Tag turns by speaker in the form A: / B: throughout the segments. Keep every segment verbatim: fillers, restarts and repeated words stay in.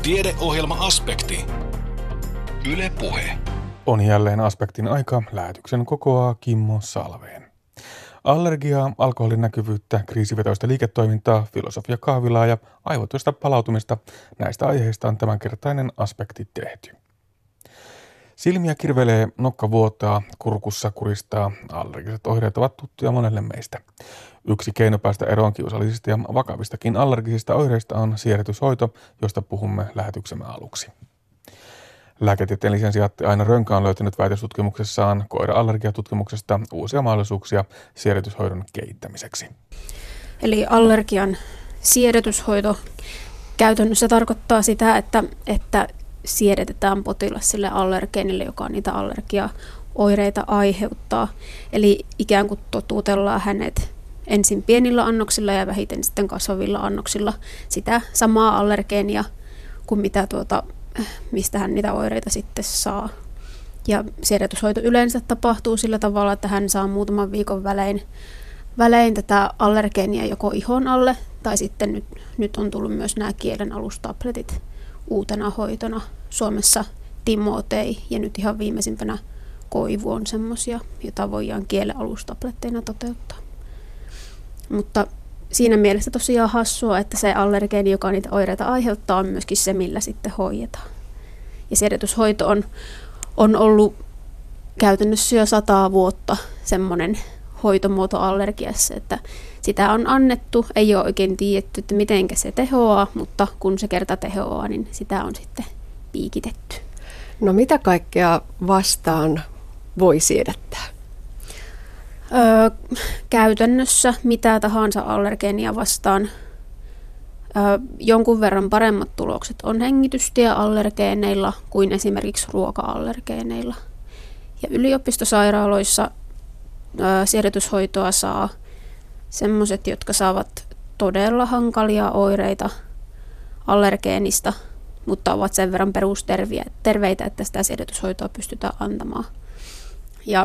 A: Tiedeohjelma-aspekti. Yle Puhe.
B: On jälleen aspektin aika. Lähetyksen kokoaa Kimmo Salveen. Allergiaa, alkoholin näkyvyyttä, kriisivetoista liiketoimintaa, filosofia kahvilaa ja aivotyöstä palautumista. Näistä aiheista on tämänkertainen aspekti tehty. Silmiä kirvelee, nokka vuotaa, kurkussa kuristaa. Allergiset oireet ovat tuttuja monelle meistä. Yksi keino päästä eroon kiusallisista ja vakavistakin allergisista oireista on siedätyshoito, josta puhumme lähetyksemme aluksi. Lääketieteen lisensiaatti Aino Rönkä on löytänyt väitöstutkimuksessaan koira-allergiatutkimuksesta uusia mahdollisuuksia siedätyshoidon kehittämiseksi.
C: Eli allergian siedätyshoito käytännössä tarkoittaa sitä, että, että siedätetään potilas sille allergeenille, joka niitä allergiaoireita aiheuttaa. Eli ikään kuin totuutellaan hänet ensin pienillä annoksilla ja vähiten sitten kasvavilla annoksilla sitä samaa allergeenia kuin mitä tuota, mistä hän niitä oireita sitten saa. Ja siedätyshoito yleensä tapahtuu sillä tavalla, että hän saa muutaman viikon välein, välein tätä allergeenia joko ihon alle, tai sitten nyt, nyt on tullut myös nämä kielen alustabletit uutena hoitona. Suomessa Timotei ja nyt ihan viimeisimpänä Koivu on semmoisia, joita voidaan kielen alustabletteina toteuttaa. Mutta siinä mielessä tosiaan hassua, että se allergeeni, joka niitä oireita aiheuttaa, on myöskin se, millä sitten hoidetaan. Ja siedätyshoito on, on ollut käytännössä jo sataa vuotta semmoinen hoitomuoto allergiassa, että sitä on annettu, ei ole oikein tiedetty, että miten se tehoaa, mutta kun se kerta tehoaa, niin sitä on sitten piikitetty.
D: No mitä kaikkea vastaan voi siedättää?
C: Öö, käytännössä mitä tahansa allergeenia vastaan. Öö, jonkun verran paremmat tulokset on hengitystieallergeeneilla kuin esimerkiksi ruoka-allergeeneilla. Ja yliopistosairaaloissa öö, siedätyshoitoa saa sellaiset, jotka saavat todella hankalia oireita allergeenista, mutta ovat sen verran perusterveitä, että sitä siedätyshoitoa pystytään antamaan. Ja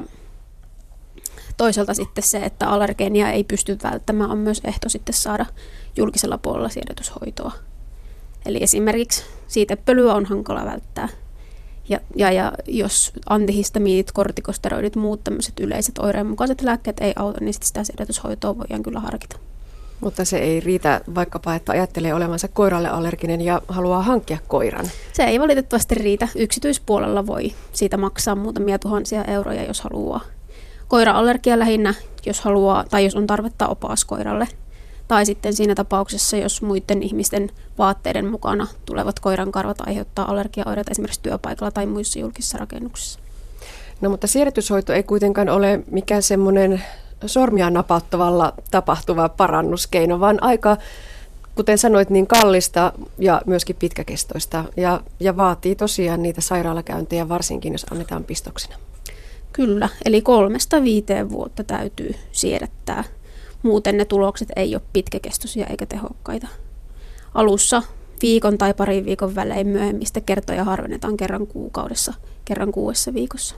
C: toisaalta sitten se, että allergeenia ei pysty välttämään, on myös ehto sitten saada julkisella puolella siedätyshoitoa. Eli esimerkiksi siitepölyä on hankala välttää. Ja, ja, ja jos antihistamiinit, kortikosteroidit, muut tämmöiset yleiset oireenmukaiset lääkkeet ei auta, niin sitä siedätyshoitoa voidaan kyllä harkita.
D: Mutta se ei riitä vaikkapa, että ajattelee olevansa koiralle allerginen ja haluaa hankkia koiran.
C: Se ei valitettavasti riitä. Yksityispuolella voi siitä maksaa muutamia tuhansia euroja, jos haluaa. Koira-allergia lähinnä, jos haluaa tai jos on tarvetta opaskoiralle. Tai sitten siinä tapauksessa, jos muiden ihmisten vaatteiden mukana tulevat koiran karvat aiheuttaa allergiaoireita esimerkiksi työpaikalla tai muissa julkisissa rakennuksissa.
D: No mutta siedätyshoito ei kuitenkaan ole mikään semmoinen sormia napauttavalla tapahtuva parannuskeino, vaan aika, kuten sanoit, niin kallista ja myöskin pitkäkestoista ja, ja vaatii tosiaan niitä sairaalakäyntejä, varsinkin jos annetaan pistoksena.
C: Kyllä, eli kolmesta viiteen vuotta täytyy siedättää. Muuten ne tulokset ei ole pitkäkestoisia eikä tehokkaita. Alussa viikon tai parin viikon välein myöhemmistä kertoja harvennetaan kerran kuukaudessa, kerran kuudessa viikossa.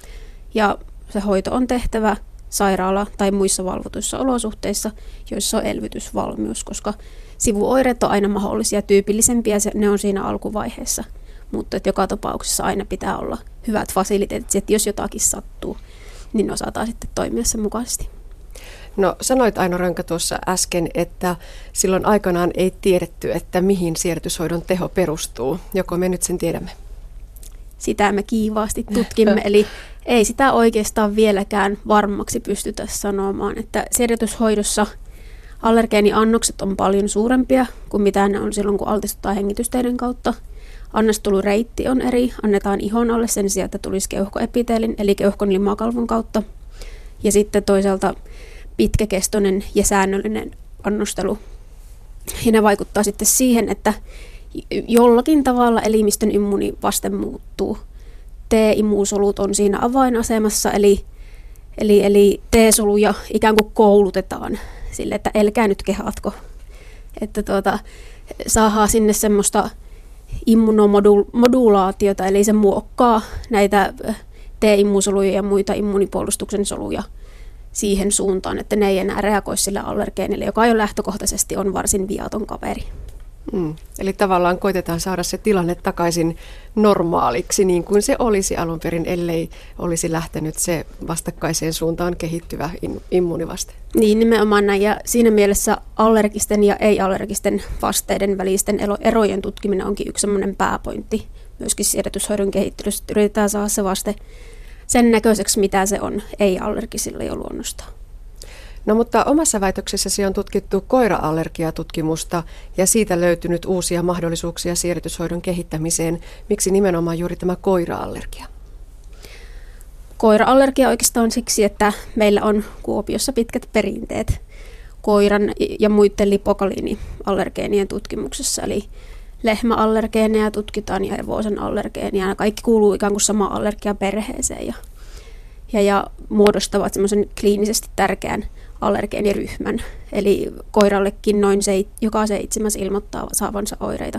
C: Ja se hoito on tehtävä sairaala- tai muissa valvotuissa olosuhteissa, joissa on elvytysvalmius, koska sivuoireet on aina mahdollisia, tyypillisempiä ne on siinä alkuvaiheessa. Mutta että joka tapauksessa aina pitää olla hyvät fasiliteetit, että jos jotakin sattuu, niin osataan sitten toimia sen mukaisesti.
D: No sanoit Aino Rönkä tuossa äsken, että silloin aikanaan ei tiedetty, että mihin siedätyshoidon teho perustuu. Joko me nyt sen tiedämme?
C: Sitä me kiivaasti tutkimme, eli ei sitä oikeastaan vieläkään varmaksi pystytä sanomaan, että siedätyshoidossa allergeeniannokset on paljon suurempia kuin mitä ne on silloin, kun altistutaan hengitysteiden kautta. Annostelureitti on eri, annetaan ihon alle sen sijaan, että tulisi keuhkoepiteelin, eli keuhkon limakalvon kautta. Ja sitten toisaalta pitkäkestoinen ja säännöllinen annostelu. Ja ne vaikuttaa sitten siihen, että jollakin tavalla elimistön immuunivaste muuttuu. T-immuusolut on siinä avainasemassa, eli, eli, eli T-soluja ikään kuin koulutetaan sille, että älkää nyt kehatko. Että tuota, saadaan sinne semmoista immunomodulaatiota, eli se muokkaa näitä T-immuusoluja ja muita immuunipuolustuksen soluja siihen suuntaan, että ne ei enää reagoi sille allergeenille, joka jo lähtökohtaisesti on varsin viaton kaveri.
D: Mm. Eli tavallaan koitetaan saada se tilanne takaisin normaaliksi, niin kuin se olisi alun perin, ellei olisi lähtenyt se vastakkaiseen suuntaan kehittyvä immuunivaste.
C: Niin, nimenomaan näin. Ja siinä mielessä allergisten ja ei-allergisten vasteiden välisten erojen tutkiminen onkin yksi sellainen pääpointti myöskin siedätyshoidon kehittelyssä. Yritetään saada se vaste sen näköiseksi, mitä se on ei-allergisilla jo luonnostaan.
D: No mutta omassa väitöksessäsi on tutkittu koira-allergiatutkimusta ja siitä löytynyt uusia mahdollisuuksia siedätyshoidon kehittämiseen. Miksi nimenomaan juuri tämä koira-allergia?
C: Koira-allergia oikeastaan siksi, että meillä on Kuopiossa pitkät perinteet koiran ja muiden lipokaliiniallergeenien tutkimuksessa. Eli lehmäallergeeneja tutkitaan ja hevosen allergeeneja. Ja kaikki kuuluu ikään kuin samaan allergiaperheeseen ja, ja, ja muodostavat semmoisen kliinisesti tärkeän allergeeniryhmän. Eli koirallekin noin se, joka seitsemäs ilmoittaa saavansa oireita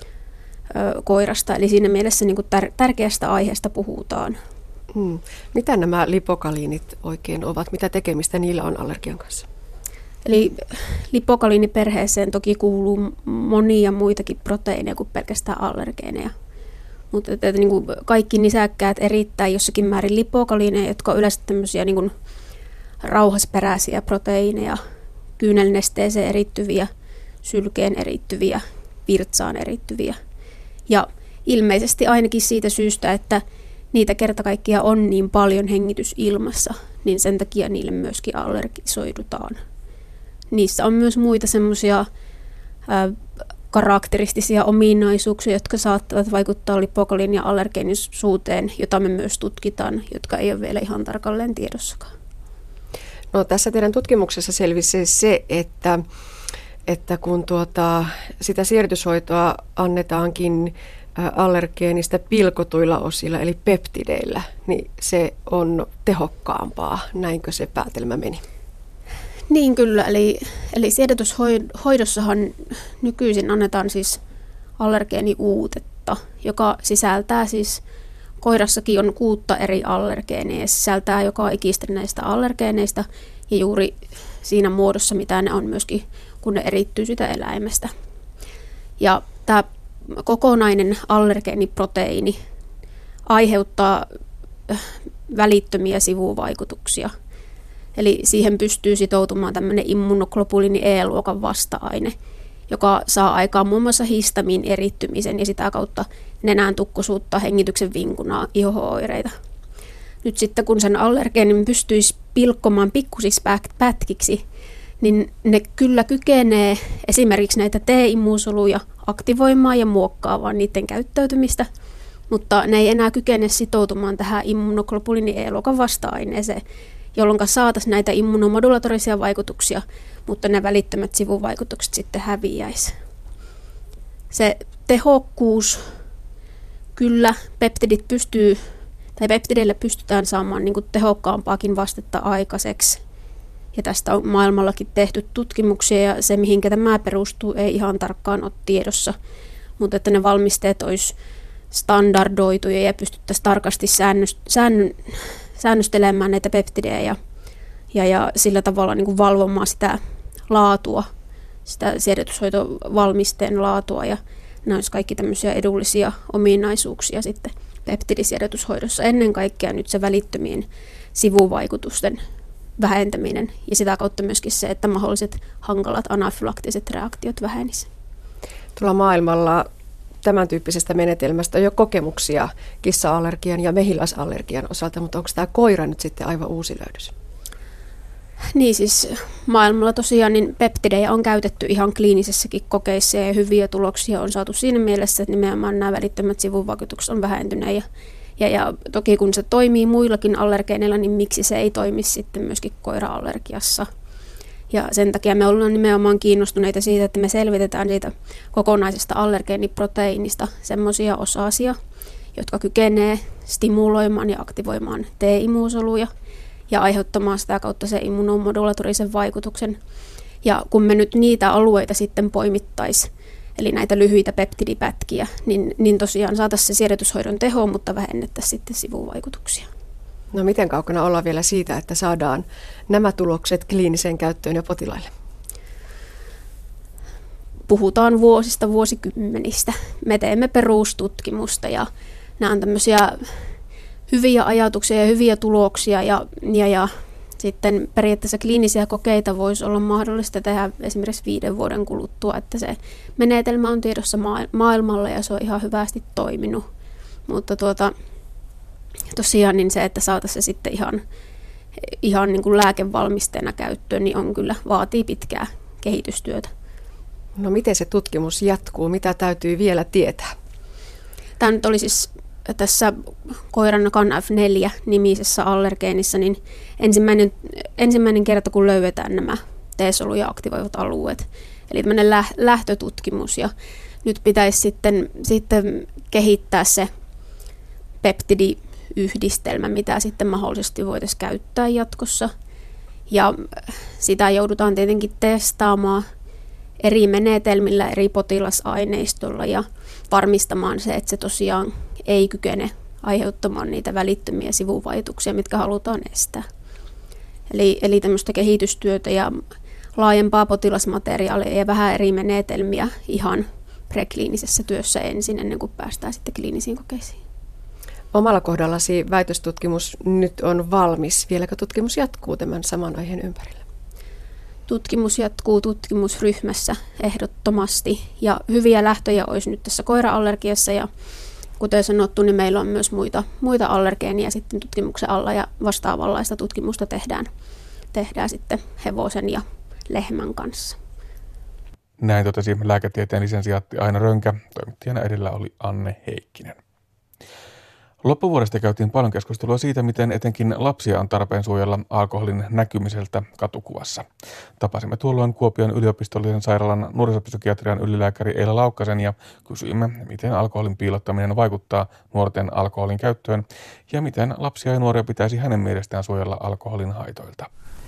C: ö, koirasta. Eli siinä mielessä niin kuin tär- tärkeästä aiheesta puhutaan.
D: Hmm. Mitä nämä lipokaliinit oikein ovat? Mitä tekemistä niillä on allergian kanssa?
C: Eli lipokaliiniperheeseen toki kuuluu monia muitakin proteiineja kuin pelkästään allergeeneja. Mutta että, niin kuin kaikki nisäkkäät erittää jossakin määrin lipokaliineja, jotka on yleensä tämmöisiä niin kuin rauhasperäisiä proteiineja, kyynelnesteeseen erittyviä, sylkeen erittyviä, virtsaan erittyviä. Ja ilmeisesti ainakin siitä syystä, että niitä kerta kaikkiaan on niin paljon hengitysilmassa, niin sen takia niille myöskin allergisoidutaan. Niissä on myös muita semmoisia karakteristisia ominaisuuksia, jotka saattavat vaikuttaa lipokaliin ja allergeenisuuteen, jota me myös tutkitaan, jotka ei ole vielä ihan tarkalleen tiedossakaan.
D: No, tässä teidän tutkimuksessa selvisi se, että, että kun tuota, sitä siedätyshoitoa annetaankin allergeenistä pilkotuilla osilla, eli peptideillä, niin se on tehokkaampaa. Näinkö se päätelmä meni?
C: Niin kyllä, eli, eli siedätyshoidossahan nykyisin annetaan siis allergeeniuutetta, joka sisältää siis, koirassakin on kuutta eri allergeeneja ja sisältää joka ikistä näistä allergeeneista ja juuri siinä muodossa, mitä ne on myöskin, kun ne erittyy sitä eläimestä. Ja tämä kokonainen allergeeniproteiini aiheuttaa välittömiä sivuvaikutuksia. Eli siihen pystyy sitoutumaan tämmöinen immunoglobuliini E-luokan vasta-aine, joka saa aikaan muun muassa histamiin erittymisen ja sitä kautta nenän tukkosuutta, hengityksen vinkunaa, iho-oireita. Nyt sitten kun sen allergeenin pystyisi pilkkomaan pikkusiksi pätkiksi, niin ne kyllä kykenee esimerkiksi näitä T-immuusoluja aktivoimaan ja muokkaamaan niiden käyttäytymistä, mutta ne ei enää kykene sitoutumaan tähän immunoglobuliini E-luokan vasta-aineeseen, jolloin saataisiin näitä immunomodulatorisia vaikutuksia, mutta ne välittömät sivuvaikutukset sitten häviäisi. Se tehokkuus, kyllä peptidit pystyy, tai peptideillä pystytään saamaan niin kuin tehokkaampaakin vastetta aikaiseksi. Ja tästä on maailmallakin tehty tutkimuksia ja se, mihinkä tämä perustuu, ei ihan tarkkaan ole tiedossa. Mutta että ne valmisteet olisi standardoituja ja pystyttäisiin tarkasti säännöst, säännön, säännöstelemään näitä peptidejä ja, ja, ja sillä tavalla niin kuin valvomaan sitä laatua, sitä siedätyshoitovalmisteen laatua. Ja nämä olisi kaikki tämmöisiä edullisia ominaisuuksia sitten peptidisiedätyshoidossa. Ennen kaikkea nyt se välittömien sivuvaikutusten vähentäminen ja sitä kautta myöskin se, että mahdolliset hankalat anafylaktiset reaktiot vähenisivät.
D: Tuolla maailmalla tämän tyyppisestä menetelmästä on jo kokemuksia kissa-allergian ja mehiläisallergian osalta, mutta onko tämä koira nyt sitten aivan uusi löydös?
C: Niin siis maailmalla tosiaan niin peptidejä on käytetty ihan kliinisessäkin kokeissa ja hyviä tuloksia on saatu siinä mielessä, että nimenomaan nämä välittömät sivuvaikutukset on vähentyneet ja Ja, ja toki kun se toimii muillakin allergeeneilla, niin miksi se ei toimi sitten myöskin koira-allergiassa. Ja sen takia me ollaan nimenomaan kiinnostuneita siitä, että me selvitetään siitä kokonaisesta allergeeniproteiinista semmoisia osasia, jotka kykenee stimuloimaan ja aktivoimaan T-immuusoluja ja aiheuttamaan sitä kautta se immunomodulatorisen vaikutuksen. Ja kun me nyt niitä alueita sitten poimittaisiin, eli näitä lyhyitä peptidipätkiä, niin, niin tosiaan saataisiin se siedätyshoidon teho, mutta vähennettäisiin sitten sivuvaikutuksia.
D: No miten kaukana ollaan vielä siitä, että saadaan nämä tulokset kliiniseen käyttöön ja potilaille?
C: puhutaan vuosista, vuosikymmenistä. Me teemme perustutkimusta ja nämä on tämmöisiä hyviä ajatuksia ja hyviä tuloksia ja, ja, ja sitten periaatteessa kliinisiä kokeita voisi olla mahdollista tehdä esimerkiksi viiden vuoden kuluttua, että se menetelmä on tiedossa maailmalla ja se on ihan hyvästi toiminut. Mutta tuota, tosiaan niin se, että saataisiin se sitten ihan, ihan niin kuin lääkevalmisteena käyttöön, niin on kyllä, vaatii pitkää kehitystyötä.
D: No miten se tutkimus jatkuu? Mitä täytyy vielä tietää?
C: Tämä nyt oli siis tässä koiran CanF neljä -nimisessä allergeenissa, niin ensimmäinen, ensimmäinen kerta, kun löydetään nämä T-soluja aktivoivat alueet. Eli tämmöinen lähtötutkimus, ja nyt pitäisi sitten, sitten kehittää se peptidiyhdistelmä, mitä sitten mahdollisesti voitaisiin käyttää jatkossa. Ja sitä joudutaan tietenkin testaamaan eri menetelmillä, eri potilasaineistolla ja varmistamaan se, että se tosiaan ei kykene aiheuttamaan niitä välittömiä sivuvaikutuksia, mitkä halutaan estää. Eli, eli tämmöistä kehitystyötä ja laajempaa potilasmateriaalia ja vähän eri menetelmiä ihan prekliinisessä työssä ensin, ennen kuin päästään sitten kliinisiin kokeisiin.
D: Omalla kohdallasi väitöstutkimus nyt on valmis. Vieläkö tutkimus jatkuu tämän saman aiheen ympärillä?
C: Tutkimus jatkuu tutkimusryhmässä ehdottomasti ja hyviä lähtöjä olisi nyt tässä koira-allergiassa ja kuten sanottu, niin meillä on myös muita, muita allergeeneja sitten tutkimuksen alla ja vastaavanlaista tutkimusta tehdään, tehdään sitten hevosen ja lehmän kanssa.
B: Näin totesi lääketieteen lisensiaatti Aino Rönkä. Toimittajana edellä oli Anne Heikkinen. Loppuvuodesta käytiin paljon keskustelua siitä, miten etenkin lapsia on tarpeen suojella alkoholin näkymiseltä katukuvassa. Tapasimme tuolloin Kuopion yliopistollisen sairaalan nuorisopsykiatrian ylilääkäri Eila Laukkasen ja kysyimme, miten alkoholin piilottaminen vaikuttaa nuorten alkoholin käyttöön ja miten lapsia ja nuoria pitäisi hänen mielestään suojella alkoholin haitoilta.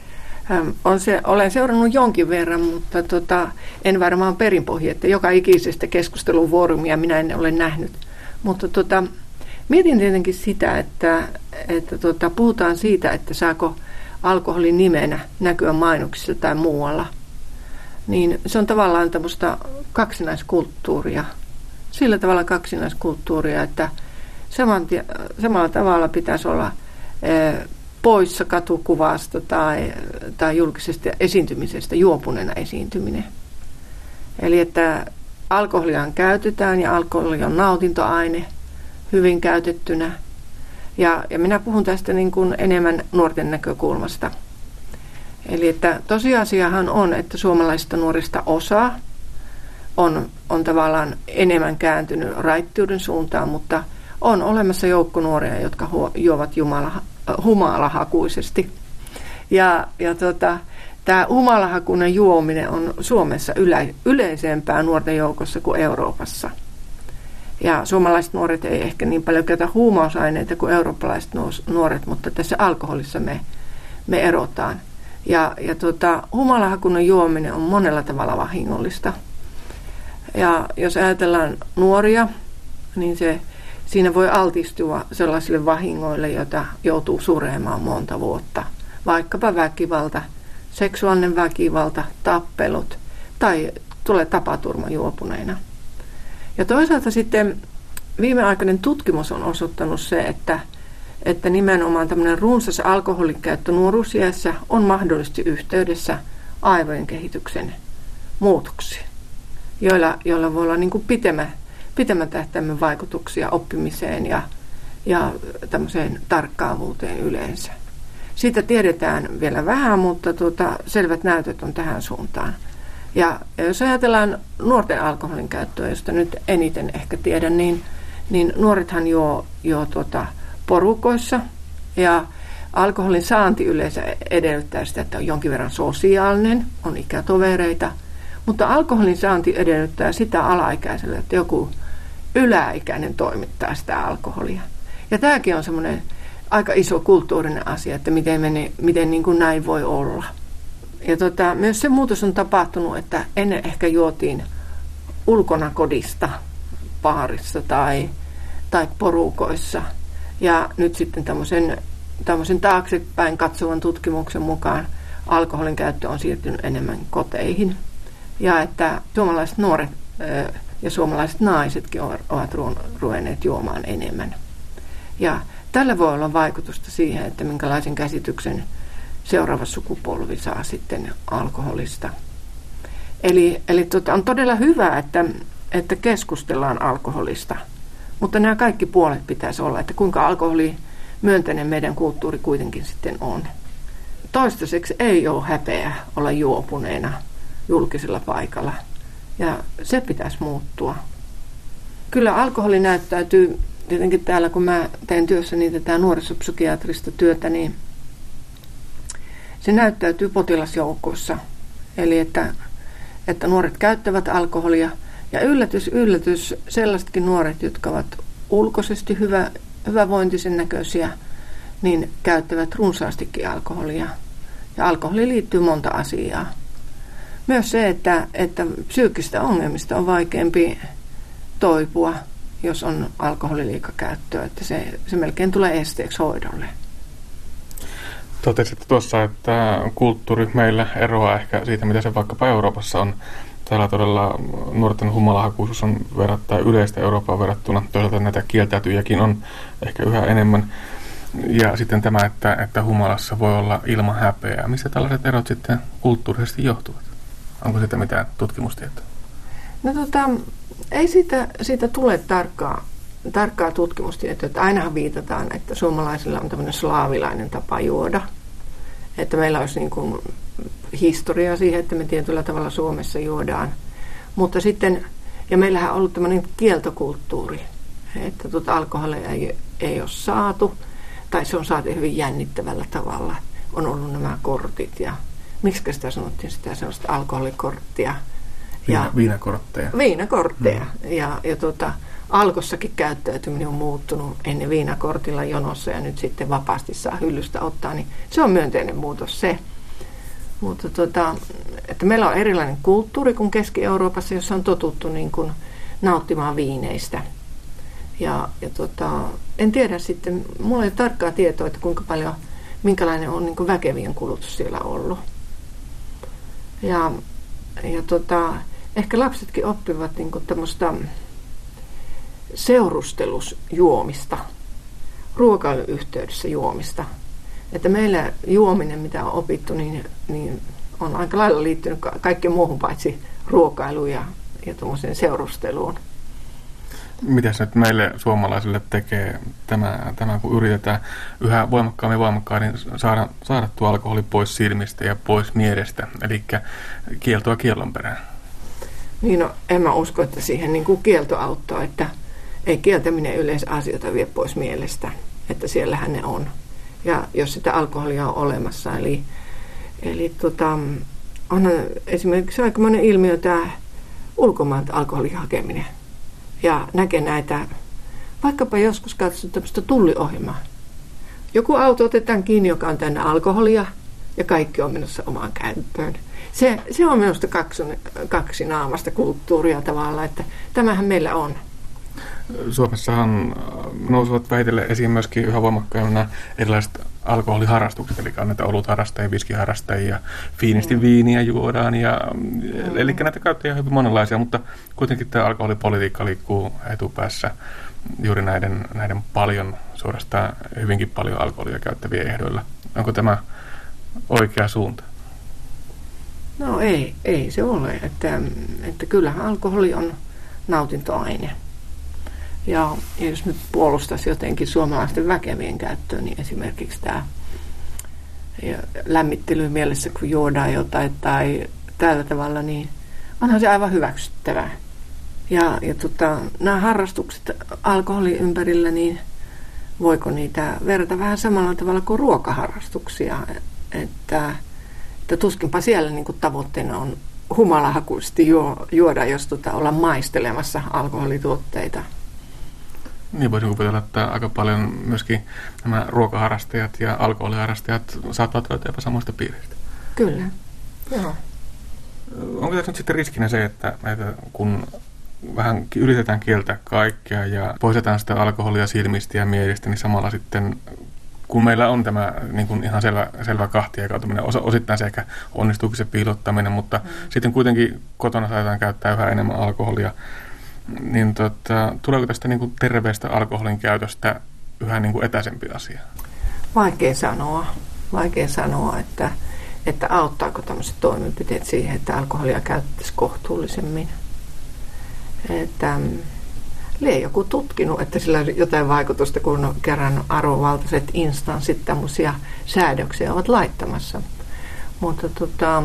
E: On se, olen seurannut jonkin verran, mutta tota, en varmaan perinpohja, että joka ikisestä keskustelufoorumia minä en ole nähnyt. Mutta tota, mietin tietenkin sitä, että, että tota, puhutaan siitä, että saako alkoholin nimenä näkyä mainoksissa tai muualla. Niin se on tavallaan tämmöistä kaksinaiskulttuuria. Sillä tavalla kaksinaiskulttuuria, että saman, samalla tavalla pitäisi olla e, poissa katukuvasta tai, tai julkisesta esiintymisestä juopuneena esiintyminen. Eli että alkoholia käytetään ja alkoholi on nautintoaine hyvin käytettynä. Ja, ja minä puhun tästä niin kuin enemmän nuorten näkökulmasta. Eli että tosiasiahan on, että suomalaisista nuorista osa on, on tavallaan enemmän kääntynyt raittiuden suuntaan, mutta on olemassa joukko nuoria, jotka huo, juovat jumala, humalahakuisesti. Ja, ja tota, tämä humalahakuinen juominen on Suomessa yle, yleisempää nuorten joukossa kuin Euroopassa. Ja suomalaiset nuoret ei ehkä niin paljon käytä huumausaineita kuin eurooppalaiset nuoret, mutta tässä alkoholissa me, me erotaan. Ja, ja tota, humalahakuinen juominen on monella tavalla vahingollista. Ja jos ajatellaan nuoria, niin se, siinä voi altistua sellaisille vahingoille, joita joutuu suremaan monta vuotta. Vaikkapa väkivalta, seksuaalinen väkivalta, tappelut tai tulee tapaturma juopuneina. Ja toisaalta sitten viimeaikainen tutkimus on osoittanut se, että, että nimenomaan tämmöinen runsas alkoholin käyttö nuoruusiässä on mahdollisesti yhteydessä aivojen kehityksen muutoksiin, joilla, joilla voi olla niin kuin pitemmän, pitemmän tähtäimen vaikutuksia oppimiseen ja, ja tämmöiseen tarkkaavuuteen yleensä. Siitä tiedetään vielä vähän, mutta tuota, selvät näytöt on tähän suuntaan. Ja jos ajatellaan nuorten alkoholin käyttöä, josta nyt eniten ehkä tiedän, niin, niin nuorethan juo, juo tuota porukoissa. Ja alkoholin saanti yleensä edellyttää sitä, että on jonkin verran sosiaalinen, on ikätovereita. Mutta alkoholin saanti edellyttää sitä alaikäiselle, että joku yläikäinen toimittaa sitä alkoholia. Ja tämäkin on semmoinen aika iso kulttuurinen asia, että miten, meni, miten niin kuin näin voi olla. Ja tota, myös se muutos on tapahtunut, että ennen ehkä juotiin ulkona kodista, baarissa tai, tai porukoissa. Ja nyt sitten tämmöisen, tämmöisen taaksepäin katsovan tutkimuksen mukaan alkoholin käyttö on siirtynyt enemmän koteihin. Ja että suomalaiset nuoret ja suomalaiset naisetkin ovat ruvenneet juomaan enemmän. Ja tällä voi olla vaikutusta siihen, että minkälaisen käsityksen seuraava sukupolvi saa sitten alkoholista. Eli, eli tota, on todella hyvä, että, että keskustellaan alkoholista, mutta nämä kaikki puolet pitäisi olla, että kuinka alkoholi myönteinen meidän kulttuuri kuitenkin sitten on. Toistaiseksi ei ole häpeä olla juopuneena julkisella paikalla, ja se pitäisi muuttua. Kyllä alkoholi näyttäytyy, tietenkin täällä kun mä teen työssäni tätä nuorisopsykiatrista työtä, niin se näyttäytyy potilasjoukoissa. Eli että, että nuoret käyttävät alkoholia, ja yllätys, yllätys, sellaisetkin nuoret, jotka ovat ulkoisesti hyvä, hyvävointisen näköisiä, niin käyttävät runsaastikin alkoholia. Ja alkoholiin liittyy monta asiaa. Myös se, että, että psyykkistä ongelmista on vaikeampi toipua, jos on alkoholiliikakäyttöä, että se, se melkein tulee esteeksi hoidolle.
B: Totesit tuossa, että kulttuuri meillä eroaa ehkä siitä, mitä se vaikkapa Euroopassa on. Täällä todella nuorten humalahakuisuus on verrattain yleistä Eurooppaan verrattuna. Toisaalta näitä kieltäytyjiäkin on ehkä yhä enemmän. Ja sitten tämä, että, että humalassa voi olla ilman häpeää. Mistä tällaiset erot sitten kulttuurisesti johtuvat? Onko siitä mitään tutkimustietoa?
E: No tota, ei siitä, siitä tule tarkkaa, tarkkaa tutkimustietoa. Että ainahan viitataan, että suomalaisilla on tämmöinen slaavilainen tapa juoda. Että meillä olisi niin kuin historiaa siihen, että me tietyllä tavalla Suomessa juodaan. Mutta sitten, ja meillähän on ollut tämmöinen kieltokulttuuri, että tuota alkoholia ei, ei ole saatu, tai se on saatu hyvin jännittävällä tavalla. On ollut nämä kortit, ja miksi sitä sanottiin sitä sellaista alkoholikorttia?
B: Viina, viinakortteja.
E: Viinakortteja. Mm. Ja, ja tuota, Alkossakin käyttäytyminen on muuttunut ennen viinakortilla jonossa ja nyt sitten vapaasti saa hyllystä ottaa, niin se on myönteinen muutos se. Mutta tuota, että meillä on erilainen kulttuuri kuin Keski-Euroopassa, jossa on totuttu niin kuin nauttimaan viineistä. Ja, ja tuota, en tiedä sitten, mulla ei ole tarkkaa tietoa, että kuinka paljon, minkälainen on niin kuin väkevien kulutus siellä ollut. Ja, ja tuota, ehkä lapsetkin oppivat niin kuin tämmöistä seurustelusjuomista, ruokailuyhteydessä juomista. Että meillä juominen, mitä on opittu, niin, niin on aika lailla liittynyt ka- kaikkeen muuhun paitsi ruokailuun ja, ja tuommoiseen seurusteluun.
B: Mitäs nyt meille suomalaisille tekee tämä, tämä kun yritetään yhä voimakkaammin voimakkaammin saada, saada tuo alkoholi pois silmistä ja pois mielestä, eli kieltoa kiellon perään?
E: Niin no, en mä usko, että siihen niin kuin kielto auttaa, että ei kieltäminen yleensä asioita vie pois mielestä, että siellähän ne on. Ja jos sitä alkoholia on olemassa, eli, eli tota, on esimerkiksi aikamoinen ilmiö tämä ulkomailta alkoholin hakeminen. Ja näkee näitä, vaikkapa joskus katsottu tämmöistä tulliohjelmaa. Joku auto otetaan kiinni, joka on täynnä alkoholia, ja kaikki on menossa omaan käyttöön. Se, se on minusta kaksi, kaksi naamasta kulttuuria tavallaan, että tämähän meillä on.
B: Suomessahan nousevat väitellen esiin myöskin yhä voimakkaammin nämä erilaiset alkoholiharrastukset, eli on näitä olutharrastajia, viskiharrastajia, fiinisti viiniä juodaan, ja, mm. eli näitä käyttäjiä on hyvin monenlaisia, mutta kuitenkin tämä alkoholipolitiikka liikkuu etupäässä juuri näiden, näiden paljon, suorastaan hyvinkin paljon alkoholia käyttävien ehdoilla. Onko tämä oikea suunta?
E: No ei, ei se ole, että, että kyllähän alkoholi on nautintoaine. Ja jos nyt puolustaisi jotenkin suomalaisten väkevien käyttöön, niin esimerkiksi tämä lämmittely mielessä, kun juodaan jotain tai tällä tavalla, niin onhan se aivan hyväksyttävää. Ja, ja tota, nämä harrastukset alkoholin ympärillä, niin voiko niitä verrata vähän samalla tavalla kuin ruokaharrastuksia, että, että tuskinpa siellä niin kuin tavoitteena on humalahakuisesti juoda, jos tota, ollaan maistelemassa alkoholituotteita.
B: Niin voisin kuvitella, että aika paljon myöskin nämä ruokaharrastajat ja alkoholiharrastajat saattavat löytää jopa samoista piiristä.
E: Kyllä, joo.
B: Onko tässä nyt sitten riskinä se, että, että kun vähän yritetään kieltää kaikkea ja poistetaan sitä alkoholia silmistä ja mielistä, niin samalla sitten kun meillä on tämä niin kuin ihan selvä, selvä kahtiakautuminen, osa, osittain se ehkä onnistuukin se piilottaminen, mutta mm. sitten kuitenkin kotona saadaan käyttää yhä enemmän alkoholia, niin tota, tuleeko tästä niin kuin terveestä alkoholin käytöstä yhä niin kuin etäisempi asia?
E: Vaikea sanoa. Vaikea sanoa, että, että auttaako tämmöiset toimenpiteet siihen, että alkoholia käytettäisiin kohtuullisemmin. Että lie joku tutkinut, että sillä on jotain vaikutusta, kun kerran arvovaltaiset instanssit tämmöisiä säädöksiä ovat laittamassa. Mutta tota,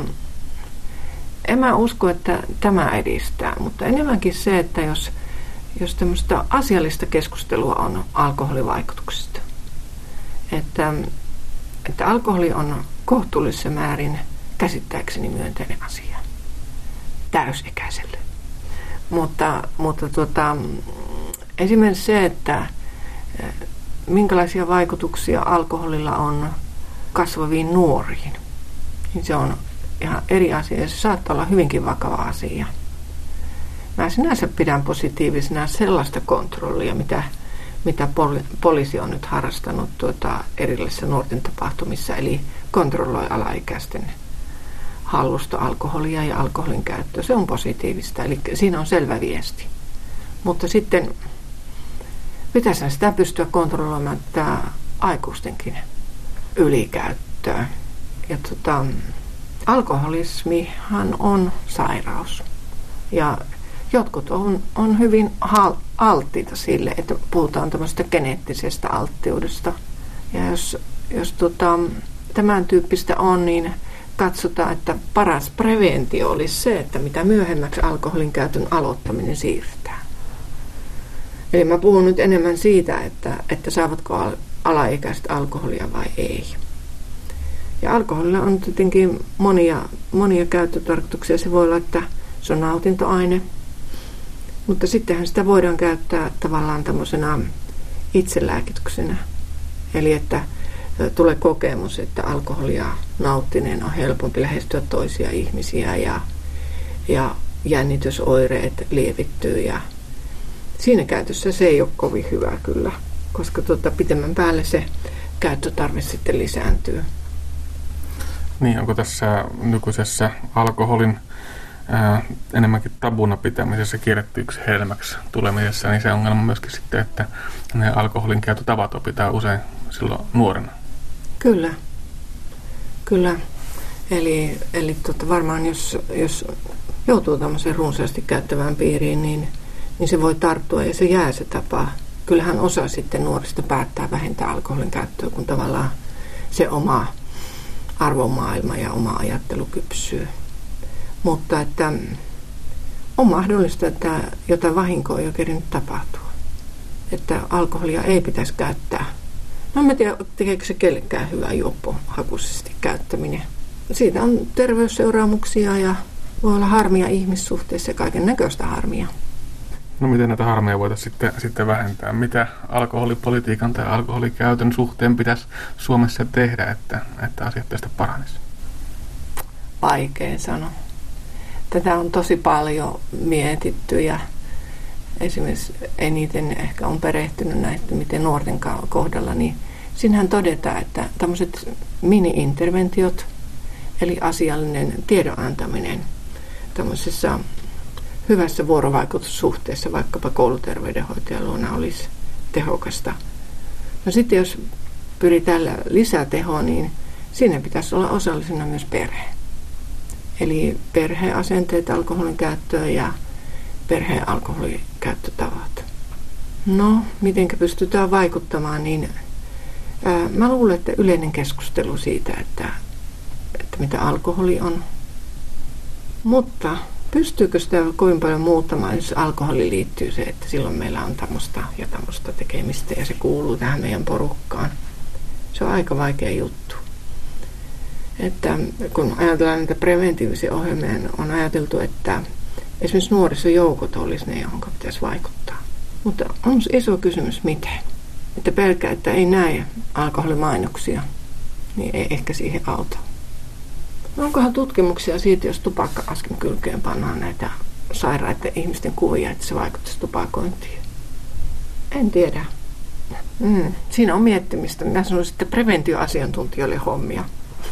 E: en mä usko, että tämä edistää, mutta enemmänkin se, että jos, jos tämmöistä asiallista keskustelua on alkoholivaikutuksista. Että, että alkoholi on kohtuullisessa määrin käsittääkseni myönteinen asia täysikäiselle. Mutta, mutta tuota, esimerkiksi se, että minkälaisia vaikutuksia alkoholilla on kasvaviin nuoriin, niin se on ihan eri asia ja se saattaa olla hyvinkin vakava asia. Mä sinänsä pidän positiivisena sellaista kontrollia, mitä, mitä poli, poliisi on nyt harrastanut tuota, erilaisissa nuorten tapahtumissa, eli kontrolloi alaikäisten hallusta alkoholia ja alkoholin käyttöä. Se on positiivista, eli siinä on selvä viesti. Mutta sitten pitäisi sitä pystyä kontrolloimaan tämä aikuistenkin ylikäyttöä. Ja tota, alkoholismihan on sairaus. Ja jotkut on, on hyvin alttiita sille, että puhutaan tämmöisestä geneettisestä alttiudesta. Ja jos, jos tota, tämän tyyppistä on, niin katsotaan, että paras preventio olisi se, että mitä myöhemmäksi alkoholin käytön aloittaminen siirretään. Eli mä puhun nyt enemmän siitä, että, että saavatko alaikäiset alkoholia vai ei. Ja alkoholilla on tietenkin monia, monia käyttötarkoituksia. Se voi olla, että se on nautintoaine, mutta sittenhän sitä voidaan käyttää tavallaan tämmöisenä itselääkityksenä. Eli että tulee kokemus, että alkoholia nauttineen on helpompi lähestyä toisia ihmisiä ja, ja jännitysoireet lievittyy. Ja siinä käytössä se ei ole kovin hyvä kyllä, koska tuota, pitemmän päälle se käyttötarve sitten lisääntyy.
B: Niin, onko tässä nykyisessä alkoholin ää, enemmänkin tabuna pitämisessä kierrettyiksi helmäksi tulemisessa, niin se ongelma myöskin sitten, että ne alkoholin käyttötavat opitaan usein silloin nuorena?
E: Kyllä, kyllä. Eli, eli tuota, varmaan jos, jos joutuu tämmöiseen runsaasti käyttävään piiriin, niin, niin se voi tarttua ja se jää se tapa. Kyllähän osa sitten nuorista päättää vähentää alkoholin käyttöä, kun tavallaan se oma arvomaailma ja oma ajattelu kypsyy. Mutta että on mahdollista, että jotain vahinkoa on jo kerinyt tapahtua. Että alkoholia ei pitäisi käyttää. No en tiedä, tekeekö se kellekään hyvää juoppohakuisesti käyttäminen. Siitä on terveysseuraamuksia ja voi olla harmia ihmissuhteissa ja kaiken näköistä harmia.
B: No miten näitä harmeja voitaisiin sitten, sitten vähentää? Mitä alkoholipolitiikan tai alkoholikäytön suhteen pitäisi Suomessa tehdä, että, että asiat tästä paranisi?
E: Vaikea sanoa. Tätä on tosi paljon mietitty ja esimerkiksi eniten ehkä on perehtynyt näistä, miten nuorten kohdalla, niin siinähän todetaan, että tämmöiset mini-interventiot, eli asiallinen tiedon antaminen tämmöisessä hyvässä vuorovaikutussuhteessa, vaikkapa kouluterveydenhoitajan luona olisi tehokasta. No sitten jos pyritään lisätehoon, niin siinä pitäisi olla osallisena myös perhe. Eli perheasenteet alkoholin käyttöön ja perheen alkoholikäyttötavat. No, mitenkä pystytään vaikuttamaan, niin ää, mä luulen, että yleinen keskustelu siitä, että, että mitä alkoholi on. Mutta pystyykö sitä kovin paljon muuttamaan, jos alkoholi liittyy se, että silloin meillä on tämmöistä ja tämmöistä tekemistä ja se kuuluu tähän meidän porukkaan. Se on aika vaikea juttu. Että kun ajatellaan näitä preventiivisia ohjelmia, on ajateltu, että esimerkiksi nuorisojoukot olisi ne, johon pitäisi vaikuttaa. Mutta on iso kysymys, miten. Että pelkää, että ei näe alkoholimainoksia, niin ei ehkä siihen auta. No onkohan tutkimuksia siitä, jos tupakka-askin kylkeen pannaan näitä sairaiden ihmisten kuvia, että se vaikuttaisi tupakointiin? En tiedä. Mm, siinä on miettimistä. Minä sanoisin, että preventioasiantuntijoille hommia.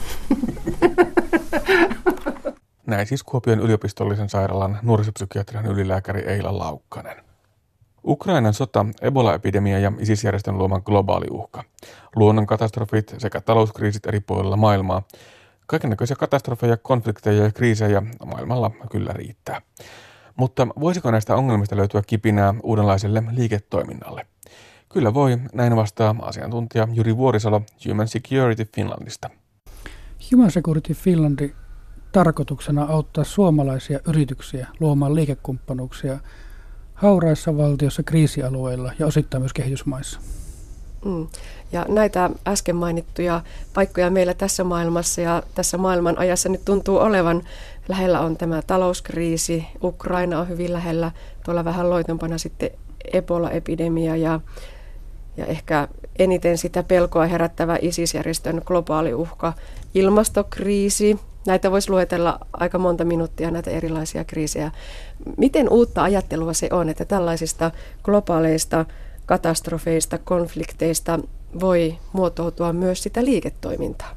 B: Näin siis Kuopion yliopistollisen sairaalan nuorisopsykiatrian ylilääkäri Eila Laukkanen. Ukrainan sota, Ebola-epidemia ja ISIS-järjestön luoma globaali uhka. Luonnonkatastrofit sekä talouskriisit eri puolilla maailmaa. Kaikennäköisiä katastrofeja, konflikteja ja kriisejä maailmalla kyllä riittää. Mutta voisiko näistä ongelmista löytyä kipinää uudenlaiselle liiketoiminnalle? Kyllä voi, näin vastaa asiantuntija Juri Vuorisalo Human Security Finlandista.
F: Human Security Finlandin tarkoituksena auttaa suomalaisia yrityksiä luomaan liikekumppanuuksia hauraissa valtioissa, kriisialueilla ja osittain myös kehitysmaissa.
D: Mm. Ja näitä äsken mainittuja paikkoja meillä tässä maailmassa ja tässä maailman ajassa nyt tuntuu olevan. Lähellä on tämä talouskriisi, Ukraina on hyvin lähellä, tuolla vähän loitompana sitten Ebola-epidemia ja, ja ehkä eniten sitä pelkoa herättävä ISIS-järjestön globaali uhka, ilmastokriisi. Näitä voisi luetella aika monta minuuttia, näitä erilaisia kriisejä. Miten uutta ajattelua se on, että tällaisista globaaleista katastrofeista, konflikteista voi muotoutua myös sitä liiketoimintaa?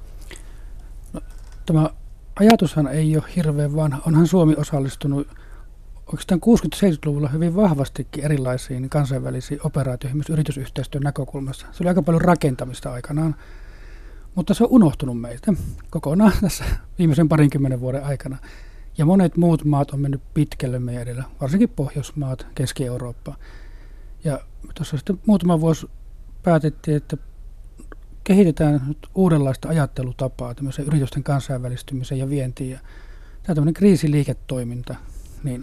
F: No, tämä ajatushan ei ole hirveän vanha. Onhan Suomi osallistunut oikeastaan kuusikymmentä-seitsemänkymmentäluvulla hyvin vahvastikin erilaisiin kansainvälisiin operaatioihin myös yritysyhteistyön näkökulmassa. Se oli aika paljon rakentamista aikanaan, mutta se on unohtunut meiltä kokonaan tässä viimeisen parinkymmenen vuoden aikana. Ja monet muut maat on mennyt pitkälle meidän edellä, varsinkin Pohjoismaat, Keski-Eurooppa. Ja tuossa sitten muutama vuosi päätettiin, että kehitetään nyt uudenlaista ajattelutapaa tämmöisen yritysten kansainvälistymiseen ja vientiin. Ja tämä tämmöinen kriisiliiketoiminta, niin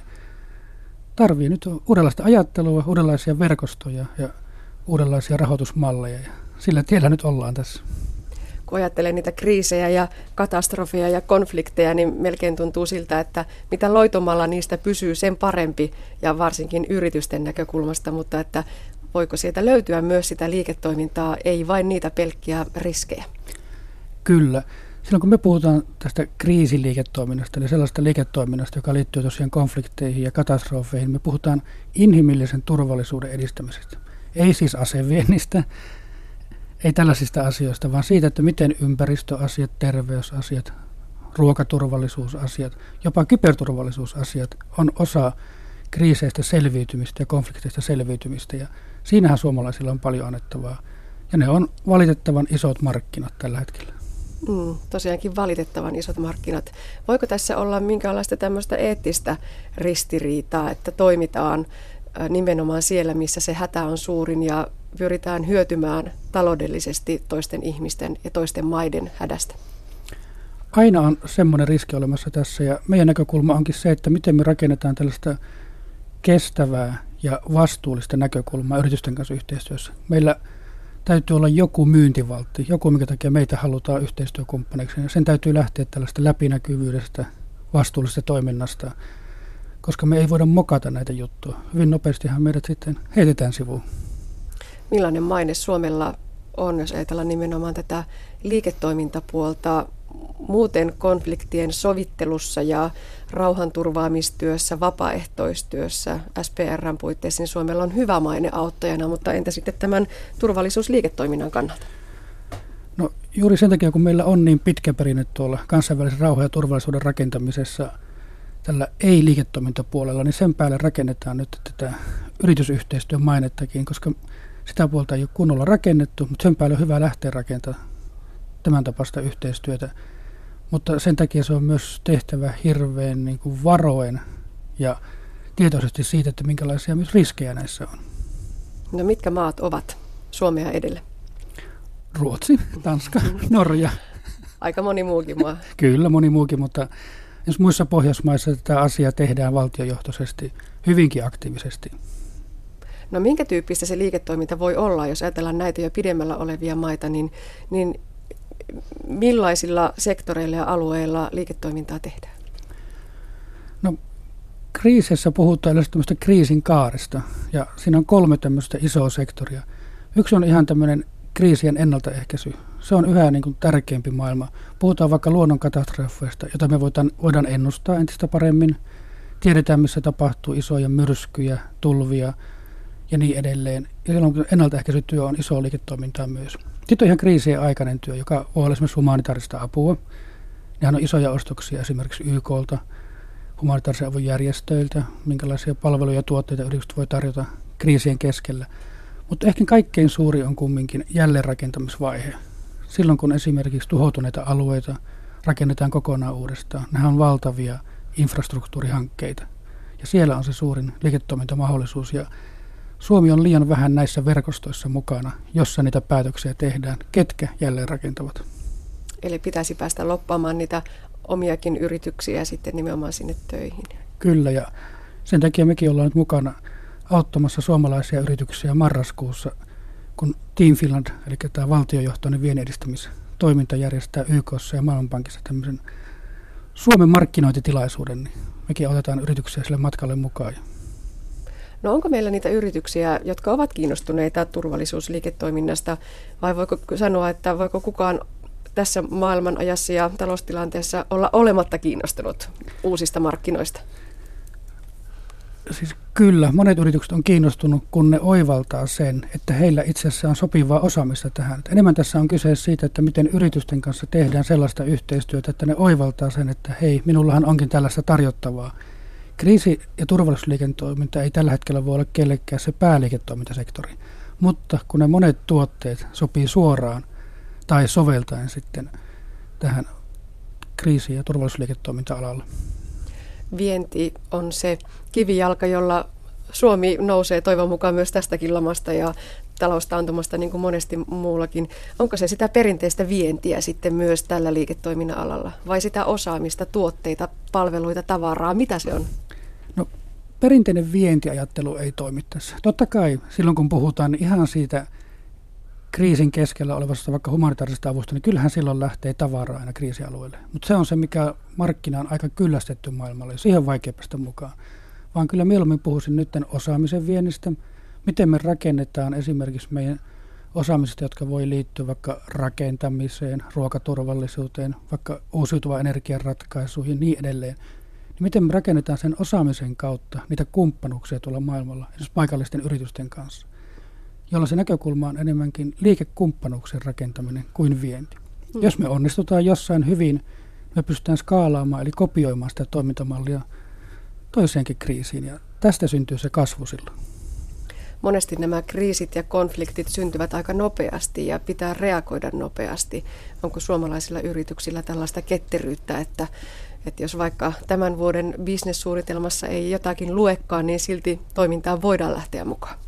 F: tarvii nyt uudenlaista ajattelua, uudenlaisia verkostoja ja uudenlaisia rahoitusmalleja. Ja sillä tiellä nyt ollaan tässä.
D: Kun ajattelee niitä kriisejä ja katastrofeja ja konflikteja, niin melkein tuntuu siltä, että mitä loitomalla niistä pysyy, sen parempi, ja varsinkin yritysten näkökulmasta, mutta että voiko sieltä löytyä myös sitä liiketoimintaa, ei vain niitä pelkkiä riskejä?
F: Kyllä. Silloin kun me puhutaan tästä kriisiliiketoiminnasta, eli sellaista liiketoiminnasta, joka liittyy tosiaan konflikteihin ja katastrofeihin, me puhutaan inhimillisen turvallisuuden edistämisestä. Ei siis aseviennistä, ei tällaisista asioista, vaan siitä, että miten ympäristöasiat, terveysasiat, ruokaturvallisuusasiat, jopa kyberturvallisuusasiat on osa kriiseistä selviytymistä ja konflikteista selviytymistä. Ja siinähän suomalaisilla on paljon annettavaa. Ja ne on valitettavan isot markkinat tällä hetkellä.
D: Mm, tosiaankin valitettavan isot markkinat. Voiko tässä olla minkäänlaista tämmöistä eettistä ristiriitaa, että toimitaan nimenomaan siellä, missä se hätä on suurin ja pyritään hyötymään taloudellisesti toisten ihmisten ja toisten maiden hädästä?
F: Aina on semmoinen riski olemassa tässä, ja meidän näkökulma onkin se, että miten me rakennetaan tällaista kestävää ja vastuullista näkökulmaa yritysten kanssa yhteistyössä. Meillä täytyy olla joku myyntivaltti, joku, minkä takia meitä halutaan yhteistyökumppaneiksi. Sen täytyy lähteä tällaista läpinäkyvyydestä, vastuullisesta toiminnasta, koska me ei voida mokata näitä juttuja. Hyvin nopeastihan meidät sitten heitetään sivuun. Millainen
D: maine Suomella on, jos ajatellaan nimenomaan tätä liiketoimintapuolta, muuten konfliktien sovittelussa ja rauhanturvaamistyössä, vapaaehtoistyössä, S P R:n puitteissa, niin Suomella on hyvä maine auttajana, mutta entä sitten tämän turvallisuusliiketoiminnan kannalta?
F: No juuri sen takia, kun meillä on niin pitkä perinne tuolla kansainvälisen rauhan ja turvallisuuden rakentamisessa tällä ei-liiketoimintapuolella, niin sen päälle rakennetaan nyt tätä yritysyhteistyön mainettakin, koska sitä puolta ei ole kunnolla rakennettu, mutta sen päälle on hyvä lähteä rakentamaan tämän tapaista yhteistyötä. Mutta sen takia se on myös tehtävä hirveän niin kuin varoen ja tietoisesti siitä, että minkälaisia myös riskejä näissä on.
D: No mitkä maat ovat Suomea edellä?
F: Ruotsi, Tanska, Norja.
D: Aika moni muukin maa.
F: Kyllä, moni muukin, mutta jos muissa Pohjoismaissa tätä asiaa tehdään valtiojohtoisesti, hyvinkin aktiivisesti.
D: No minkä tyyppistä se liiketoiminta voi olla, jos ajatellaan näitä jo pidemmällä olevia maita, niin, niin millaisilla sektoreilla ja alueilla liiketoimintaa tehdään?
F: No kriisissä puhutaan yleensä tämmöistä kriisin kaaresta, ja siinä on kolme tämmöistä isoa sektoria. Yksi on ihan tämmöinen kriisien ennaltaehkäisy. Se on yhä niin kuin tärkeämpi maailma. Puhutaan vaikka luonnonkatastrofeista, jota me voidaan, voidaan ennustaa entistä paremmin. Tiedetään, missä tapahtuu isoja myrskyjä, tulvia, ja niin edelleen. Ja silloin kun ennaltaehkäisytyö on iso liiketoimintaa myös. Sitten on ihan kriisien aikainen työ, joka voi olla esimerkiksi humanitaarista apua. Nehän on isoja ostoksia esimerkiksi Y K:lta, humanitaarisen avun järjestöiltä, minkälaisia palveluja ja tuotteita yritykset voi tarjota kriisien keskellä. Mutta ehkä kaikkein suuri on kumminkin jälleenrakentamisvaihe. Silloin kun esimerkiksi tuhoutuneita alueita rakennetaan kokonaan uudestaan, nehän on valtavia infrastruktuurihankkeita. Ja siellä on se suurin liiketoimintamahdollisuus. Ja Suomi on liian vähän näissä verkostoissa mukana, jossa niitä päätöksiä tehdään, ketkä jälleen rakentavat.
D: Eli pitäisi päästä loppaamaan niitä omiakin yrityksiä sitten nimenomaan sinne töihin.
F: Kyllä, ja sen takia mekin ollaan nyt mukana auttamassa suomalaisia yrityksiä marraskuussa, kun Team Finland, eli tämä valtiojohtoinen viennin edistämistoiminta järjestää Y K:ssa ja Maailmanpankissa tämmöisen Suomen markkinointitilaisuuden, niin mekin otetaan yrityksiä sille matkalle mukaan.
D: No onko meillä niitä yrityksiä, jotka ovat kiinnostuneita turvallisuusliiketoiminnasta, vai voiko sanoa, että voiko kukaan tässä maailman ajassa ja taloustilanteessa olla olematta kiinnostunut uusista markkinoista?
F: Siis kyllä, monet yritykset on kiinnostunut, kun ne oivaltaa sen, että heillä itse asiassa on sopivaa osaamista tähän. Et enemmän tässä on kyse siitä, että miten yritysten kanssa tehdään sellaista yhteistyötä, että ne oivaltaa sen, että hei, minullahan onkin tällaista tarjottavaa. Kriisi- ja turvallisuusliiketoiminta ei tällä hetkellä voi olla kellekään se pääliiketoimintasektori, mutta kun ne monet tuotteet sopii suoraan tai soveltaen sitten tähän kriisi- ja turvallisuusliiketoiminta-alalla.
D: Vienti on se kivijalka, jolla Suomi nousee toivon mukaan myös tästäkin lamasta ja taloustaantumasta niin kuin monesti muullakin. Onko se sitä perinteistä vientiä sitten myös tällä liiketoiminnan alalla vai sitä osaamista, tuotteita, palveluita, tavaraa? Mitä se on?
F: No, perinteinen vientiajattelu ei toimi tässä. Totta kai silloin kun puhutaan niin ihan siitä kriisin keskellä olevasta vaikka humanitaarisesta avusta, niin kyllähän silloin lähtee tavaraa aina kriisialueelle. Mutta se on se, mikä markkina on aika kyllästetty maailmalle, ja siihen on vaikea päästä mukaan. Vaan kyllä mieluummin puhuisin nyt osaamisen viennistä, miten me rakennetaan esimerkiksi meidän osaamisesta, jotka voi liittyä vaikka rakentamiseen, ruokaturvallisuuteen, vaikka uusiutuvan energian ratkaisuihin ja niin edelleen. Niin miten me rakennetaan sen osaamisen kautta niitä kumppanuuksia tuolla maailmalla, esimerkiksi paikallisten yritysten kanssa, jolloin se näkökulma on enemmänkin liikekumppanuuksien rakentaminen kuin vienti. Mm. Jos me onnistutaan jossain hyvin, me pystytään skaalaamaan eli kopioimaan sitä toimintamallia toiseenkin kriisiin, ja tästä syntyy se kasvu silloin.
D: Monesti nämä kriisit ja konfliktit syntyvät aika nopeasti ja pitää reagoida nopeasti. Onko suomalaisilla yrityksillä tällaista ketteryyttä, että, että jos vaikka tämän vuoden bisnessuunnitelmassa ei jotakin luekaan, niin silti toimintaan voidaan lähteä mukaan?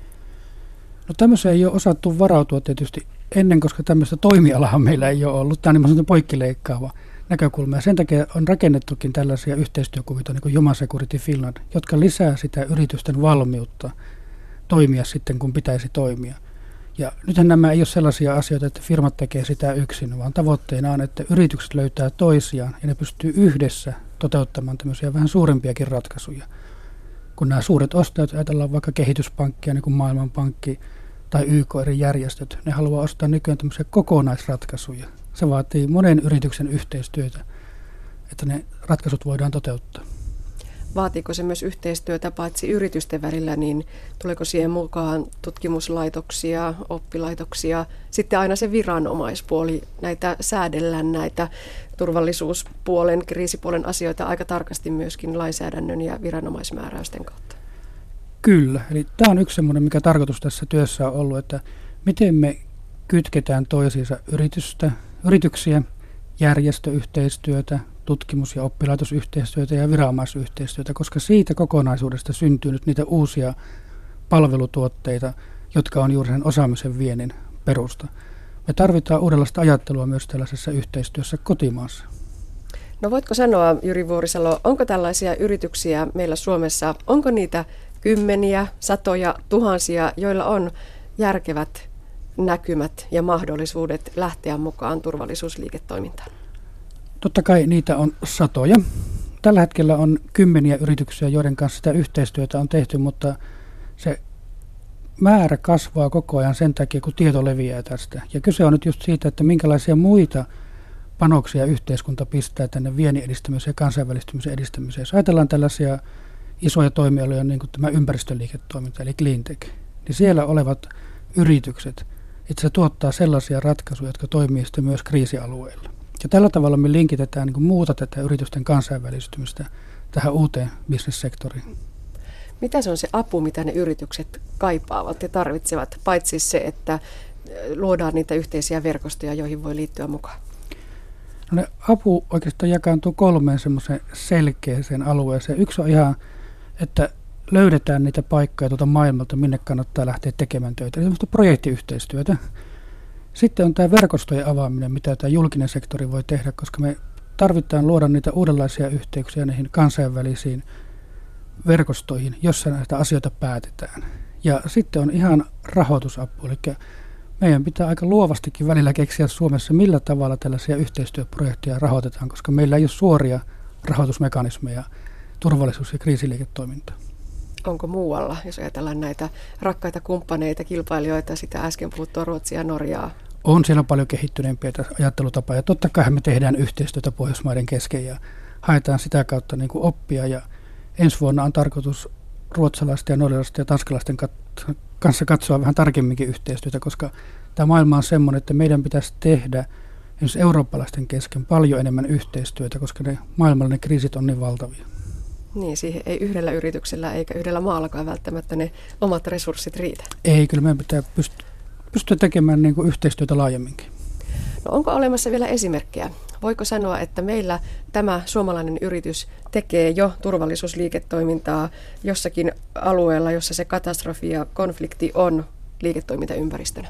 F: No tämmöiseen ei ole osattu varautua tietysti ennen, koska tämmöistä toimialahan meillä ei ole ollut. Tämä on niin poikkileikkaava näkökulma. Ja sen takia on rakennettukin tällaisia yhteistyökuvia, niin kuin Human Security Finland, jotka lisää sitä yritysten valmiutta toimia sitten, kun pitäisi toimia. Ja nythän nämä ei ole sellaisia asioita, että firmat tekee sitä yksin, vaan tavoitteena on, että yritykset löytää toisiaan ja ne pystyy yhdessä toteuttamaan tämmöisiä vähän suurempiakin ratkaisuja. Kun nämä suuret ostajat, ajatellaan vaikka kehityspankkia, niin kuin Maailmanpankki tai Y K eri järjestöt, ne haluaa ostaa nykyään tämmöisiä kokonaisratkaisuja. Se vaatii monen yrityksen yhteistyötä, että ne ratkaisut voidaan toteuttaa.
D: Vaatiiko se myös yhteistyötä paitsi yritysten välillä, niin tuleeko siihen mukaan tutkimuslaitoksia, oppilaitoksia, sitten aina se viranomaispuoli, näitä säädellään näitä turvallisuuspuolen, kriisipuolen asioita aika tarkasti myöskin lainsäädännön ja viranomaismääräysten kautta?
F: Kyllä, eli tämä on yksi semmoinen, mikä tarkoitus tässä työssä on ollut, että miten me kytketään toisiinsa yritystä, yrityksiä, järjestöyhteistyötä, tutkimus- ja oppilaitosyhteistyötä ja viranomaisyhteistyötä, koska siitä kokonaisuudesta syntyy nyt niitä uusia palvelutuotteita, jotka on juuri sen osaamisen viennin perusta. Me tarvitaan uudenlaista ajattelua myös tällaisessa yhteistyössä kotimaassa.
D: No voitko sanoa, Jyri Vuorisalo, onko tällaisia yrityksiä meillä Suomessa, onko niitä kymmeniä, satoja, tuhansia, joilla on järkevät näkymät ja mahdollisuudet lähteä mukaan turvallisuusliiketoimintaan?
F: Totta kai niitä on satoja. Tällä hetkellä on kymmeniä yrityksiä, joiden kanssa sitä yhteistyötä on tehty, mutta se määrä kasvaa koko ajan sen takia, kun tieto leviää tästä. Ja kyse on nyt just siitä, että minkälaisia muita panoksia yhteiskunta pistää tänne viennin edistämiseen ja kansainvälistymisen edistämiseen. Jos ajatellaan tällaisia isoja toimialoja, niin kuin tämä ympäristöliiketoiminta, eli cleantech, niin siellä olevat yritykset itse tuottaa sellaisia ratkaisuja, jotka toimii sitten myös kriisialueilla. Ja tällä tavalla me linkitetään niin kuin muuta tätä yritysten kansainvälistymistä tähän uuteen bisnessektoriin.
D: Mitä se on se apu, mitä ne yritykset kaipaavat ja tarvitsevat, paitsi se, että luodaan niitä yhteisiä verkostoja, joihin voi liittyä mukaan?
F: No ne apu oikeastaan jakaantuu kolmeen semmoiseen selkeäseen alueeseen. Yksi on ihan, että löydetään niitä paikkoja tuolta maailmalta, minne kannattaa lähteä tekemään töitä. Eli semmoista projektiyhteistyötä. Sitten on tämä verkostojen avaaminen, mitä tämä julkinen sektori voi tehdä, koska me tarvitaan luoda niitä uudenlaisia yhteyksiä näihin kansainvälisiin verkostoihin, jossa näitä asioita päätetään. Ja sitten on ihan rahoitusapu, eli meidän pitää aika luovastikin välillä keksiä Suomessa, millä tavalla tällaisia yhteistyöprojekteja rahoitetaan, koska meillä ei ole suoria rahoitusmekanismeja turvallisuus- ja kriisiliiketoimintaa.
D: Onko muualla, jos ajatellaan näitä rakkaita kumppaneita, kilpailijoita, sitä äsken puhuttua Ruotsia ja Norjaa?
F: On siellä paljon kehittyneempiä ajattelutapaa, ja totta kai me tehdään yhteistyötä Pohjoismaiden kesken ja haetaan sitä kautta niin kuin oppia, ja ensi vuonna on tarkoitus ruotsalaisten ja norjalaisten ja tanskalaisten kat- kanssa katsoa vähän tarkemminkin yhteistyötä, koska tämä maailma on semmoinen, että meidän pitäisi tehdä esimerkiksi eurooppalaisten kesken paljon enemmän yhteistyötä, koska ne maailmalla ne kriisit on niin valtavia.
D: Niin, siihen ei yhdellä yrityksellä eikä yhdellä maallakaan välttämättä ne omat resurssit riitä.
F: Ei, kyllä meidän pitää pyst- pystyä tekemään niin kuin yhteistyötä laajemminkin.
D: No onko olemassa vielä esimerkkejä? Voiko sanoa, että meillä tämä suomalainen yritys tekee jo turvallisuusliiketoimintaa jossakin alueella, jossa se katastrofi ja konflikti on liiketoimintaympäristönä?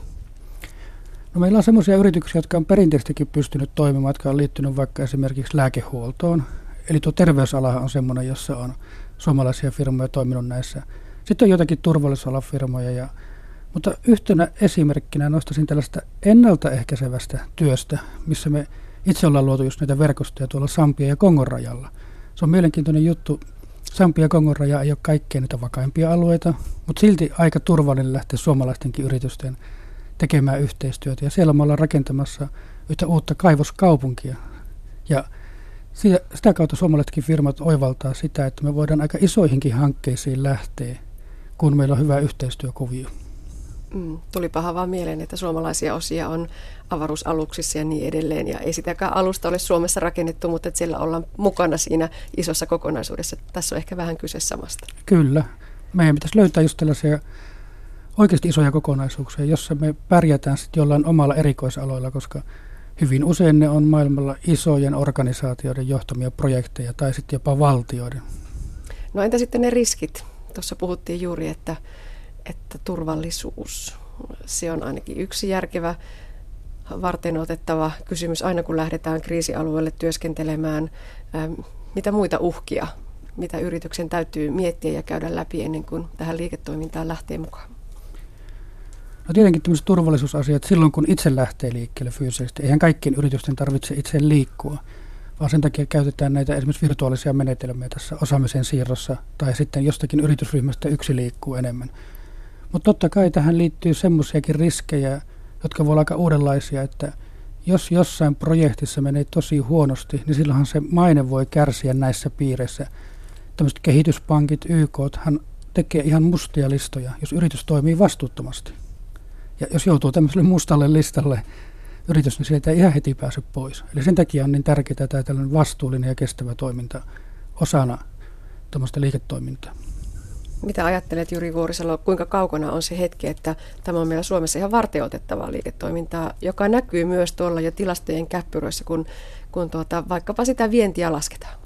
F: No meillä on sellaisia yrityksiä, jotka on perinteisestikin pystynyt toimimaan, jotka on liittynyt vaikka esimerkiksi lääkehuoltoon. Eli tuo terveysalahan on semmoinen, jossa on suomalaisia firmoja toiminut näissä. Sitten on jotakin turvallisuusalafirmoja. Ja, mutta yhtenä esimerkkinä nostaisin tällaista ennaltaehkäisevästä työstä, missä me itse ollaan luotu just näitä verkostoja tuolla Sambian ja Kongon rajalla. Se on mielenkiintoinen juttu. Sambian ja Kongon raja ei ole kaikkein niitä vakaimpia alueita, mutta silti aika turvallinen lähteä suomalaistenkin yritysten tekemään yhteistyötä. Ja siellä me ollaan rakentamassa yhtä uutta kaivoskaupunkia. Ja sitä kautta suomalaisetkin firmat oivaltaa sitä, että me voidaan aika isoihinkin hankkeisiin lähteä, kun meillä on hyvä yhteistyökuvio.
D: Mm, tulipahan vaan mieleen, että suomalaisia osia on avaruusaluksissa ja niin edelleen. Ja ei sitäkään alusta ole Suomessa rakennettu, mutta että siellä ollaan mukana siinä isossa kokonaisuudessa. Tässä on ehkä vähän kyse samasta.
F: Kyllä. Meidän pitäisi löytää just tällaisia oikeasti isoja kokonaisuuksia, jossa me pärjätään sitten jollain omalla erikoisaloilla, koska hyvin usein ne on maailmalla isojen organisaatioiden johtamia projekteja tai sitten jopa valtioiden.
D: No entä sitten ne riskit? Tuossa puhuttiin juuri, että, että turvallisuus, se on ainakin yksi järkevä varten otettava kysymys aina kun lähdetään kriisialueelle työskentelemään. Ähm, mitä muita uhkia, mitä yrityksen täytyy miettiä ja käydä läpi ennen kuin tähän liiketoimintaan lähtee mukaan?
F: No tietenkin tämmöiset turvallisuusasiat silloin, kun itse lähtee liikkeelle fyysisesti. Eihän kaikkien yritysten tarvitse itse liikkua, vaan sen takia käytetään näitä esimerkiksi virtuaalisia menetelmiä tässä osaamisen siirrossa, tai sitten jostakin yritysryhmästä yksi liikkuu enemmän. Mutta totta kai tähän liittyy semmoisiakin riskejä, jotka voi olla aika uudenlaisia, että jos jossain projektissa menee tosi huonosti, niin silloinhan se maine voi kärsiä näissä piireissä. Tämmöiset kehityspankit, Y K:than tekee ihan mustia listoja, jos yritys toimii vastuuttomasti. Ja jos joutuu tämmöiselle mustalle listalle yritys, niin sieltä ei ihan heti pääse pois. Eli sen takia on niin tärkeää tämä tällainen vastuullinen ja kestävä toiminta osana tämmöistä liiketoimintaa.
D: Mitä ajattelet, Jyri Vuorisalo, kuinka kaukana on se hetki, että tämä on meillä Suomessa ihan varteenotettavaa liiketoimintaa, joka näkyy myös tuolla jo tilastojen käppyröissä, kun, kun tuota, vaikkapa sitä vientiä lasketaan?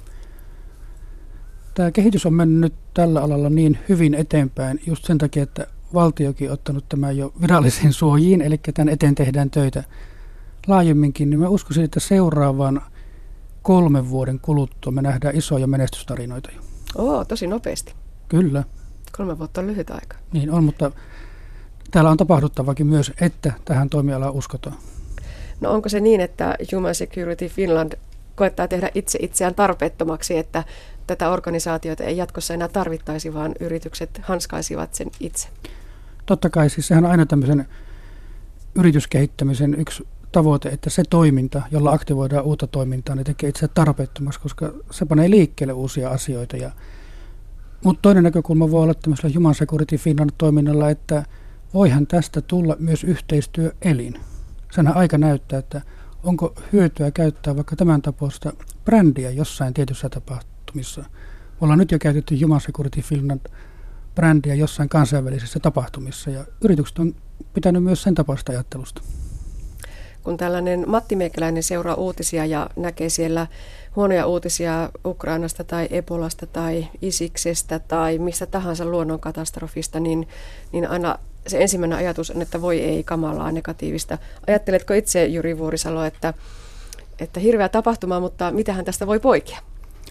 F: Tämä kehitys on mennyt nyt tällä alalla niin hyvin eteenpäin just sen takia, että valtiokin on ottanut tämän jo virallisiin suojiin, eli tämän eteen tehdään töitä laajemminkin, niin mä uskoisin, että seuraavan kolmen vuoden kuluttua me nähdään isoja menestystarinoita jo.
D: Oo, tosi nopeasti.
F: Kyllä.
D: Kolme vuotta on lyhyt aika.
F: Niin on, mutta täällä on tapahduttavakin myös, että tähän toimialaan uskotaan.
D: No onko se niin, että Human Security Finland koettaa tehdä itse itseään tarpeettomaksi, että tätä organisaatiota ei jatkossa enää tarvittaisi, vaan yritykset hanskaisivat sen itse? Totta
F: kai, siis sehän on aina tämmöisen yrityskehittämisen yksi tavoite, että se toiminta, jolla aktivoidaan uutta toimintaa, niin tekee itse tarpeettomaksi, koska se panee liikkeelle uusia asioita. Ja Mutta toinen näkökulma voi olla tämmöisellä Human Security Finland toiminnalla, että voihan tästä tulla myös yhteistyöelin. Senhän aika näyttää, että onko hyötyä käyttää vaikka tämän tapoista brändiä jossain tietyssä tapahtumissa. Ollaan nyt jo käytetty Human Security Finland brändiä jossain kansainvälisissä tapahtumissa ja yritykset on pitänyt myös sen tapaista ajattelusta.
D: Kun tällainen Matti Meikäläinen seuraa uutisia ja näkee siellä huonoja uutisia Ukrainasta tai Ebolasta tai Isiksestä tai mistä tahansa luonnonkatastrofista, niin, niin aina se ensimmäinen ajatus on, että voi ei, kamalaa, negatiivista. Ajatteletko itse, Jyri Vuorisalo, että, että hirveä tapahtuma, mutta mitähän tästä voi poikia?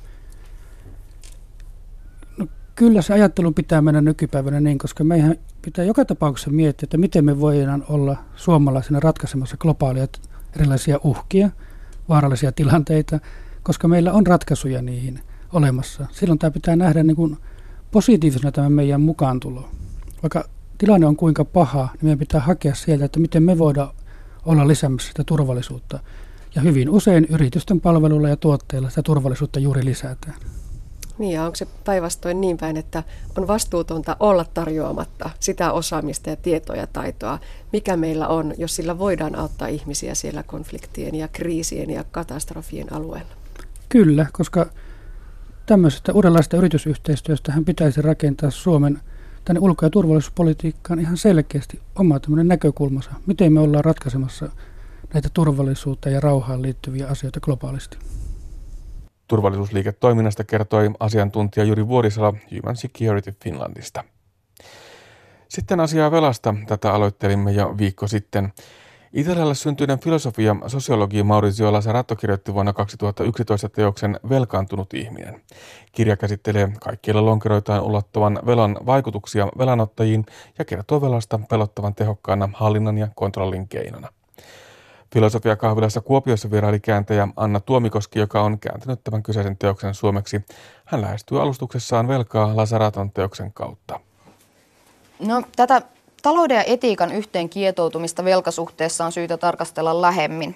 F: No, kyllä se ajattelu pitää mennä nykypäivänä niin, koska meidän pitää joka tapauksessa miettiä, että miten me voidaan olla suomalaisena ratkaisemassa globaaleja erilaisia uhkia, vaarallisia tilanteita, koska meillä on ratkaisuja niihin olemassa. Silloin tämä pitää nähdä niin kuin positiivisena tämä meidän mukaantulo. Vaikka tilanne on kuinka paha, niin meidän pitää hakea sieltä, että miten me voidaan olla lisäämässä sitä turvallisuutta. Ja hyvin usein yritysten palveluilla ja tuotteilla sitä turvallisuutta juuri lisätään.
D: Niin, ja onko se päinvastoin niin päin, että on vastuutonta olla tarjoamatta sitä osaamista ja tietoa ja taitoa, mikä meillä on, jos sillä voidaan auttaa ihmisiä siellä konfliktien ja kriisien ja katastrofien alueella?
F: Kyllä, koska tämmöisestä uudenlaista yritysyhteistyöstä hän pitäisi rakentaa Suomen tänne ulko- ja turvallisuuspolitiikkaan ihan selkeästi oma tämmöinen näkökulmansa. Miten me ollaan ratkaisemassa näitä turvallisuuteen ja rauhaan liittyviä asioita globaalisti.
B: Turvallisuusliiketoiminnasta kertoi asiantuntija Jyri Vuorisalo Human Security Finlandista. Sitten asiaa velasta. Tätä aloittelimme jo viikko sitten. Italialle syntyinen filosofi ja sosiologi Maurizio Lazzarato kirjoitti vuonna kaksituhattayksitoista teoksen Velkaantunut ihminen. Kirja käsittelee kaikkialla lonkeroitaan ulottuvan velan vaikutuksia velanottajiin ja kertoo velasta pelottavan tehokkaana hallinnan ja kontrollin keinona. Filosofiakahvilassa Kuopiossa vieraili kääntäjä Anna Tuomikoski, joka on kääntänyt tämän kyseisen teoksen suomeksi. Hän lähestyy alustuksessaan velkaa Lazzaraton teoksen kautta.
G: No, tätä talouden ja etiikan yhteen kietoutumista velkasuhteessa on syytä tarkastella lähemmin.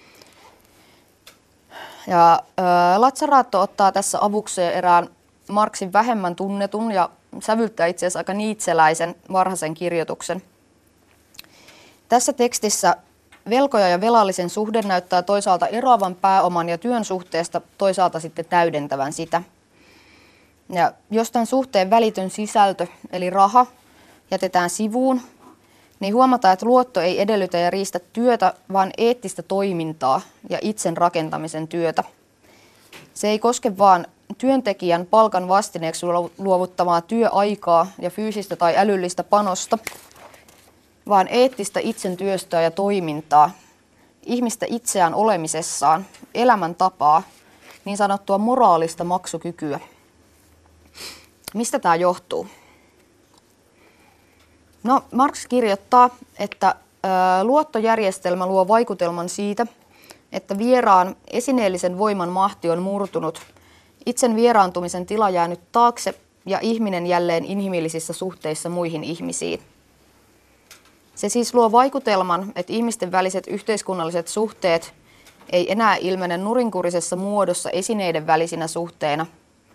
G: Ja äh, Lazzarato ottaa tässä avukseen erään Marxin vähemmän tunnetun ja sävyttää itse asiassa aika niitseläisen varhaisen kirjoituksen. Tässä tekstissä velkoja ja velallisen suhde näyttää toisaalta eroavan pääoman ja työn suhteesta, toisaalta sitten täydentävän sitä. Ja jos tämän suhteen välitön sisältö, eli raha, jätetään sivuun, niin huomataan, että luotto ei edellytä ja riistä työtä, vaan eettistä toimintaa ja itsen rakentamisen työtä. Se ei koske vain työntekijän palkan vastineeksi luovuttamaa työaikaa ja fyysistä tai älyllistä panosta, vaan eettistä itsen työstöä ja toimintaa, ihmistä itseään olemisessaan, elämäntapaa, niin sanottua moraalista maksukykyä. Mistä tämä johtuu? No, Marx kirjoittaa, että ä, luottojärjestelmä luo vaikutelman siitä, että vieraan esineellisen voiman mahti on murtunut, itsen vieraantumisen tila jäänyt taakse ja ihminen jälleen inhimillisissä suhteissa muihin ihmisiin. Se siis luo vaikutelman, että ihmisten väliset yhteiskunnalliset suhteet ei enää ilmene nurinkurisessa muodossa esineiden välisinä suhteina,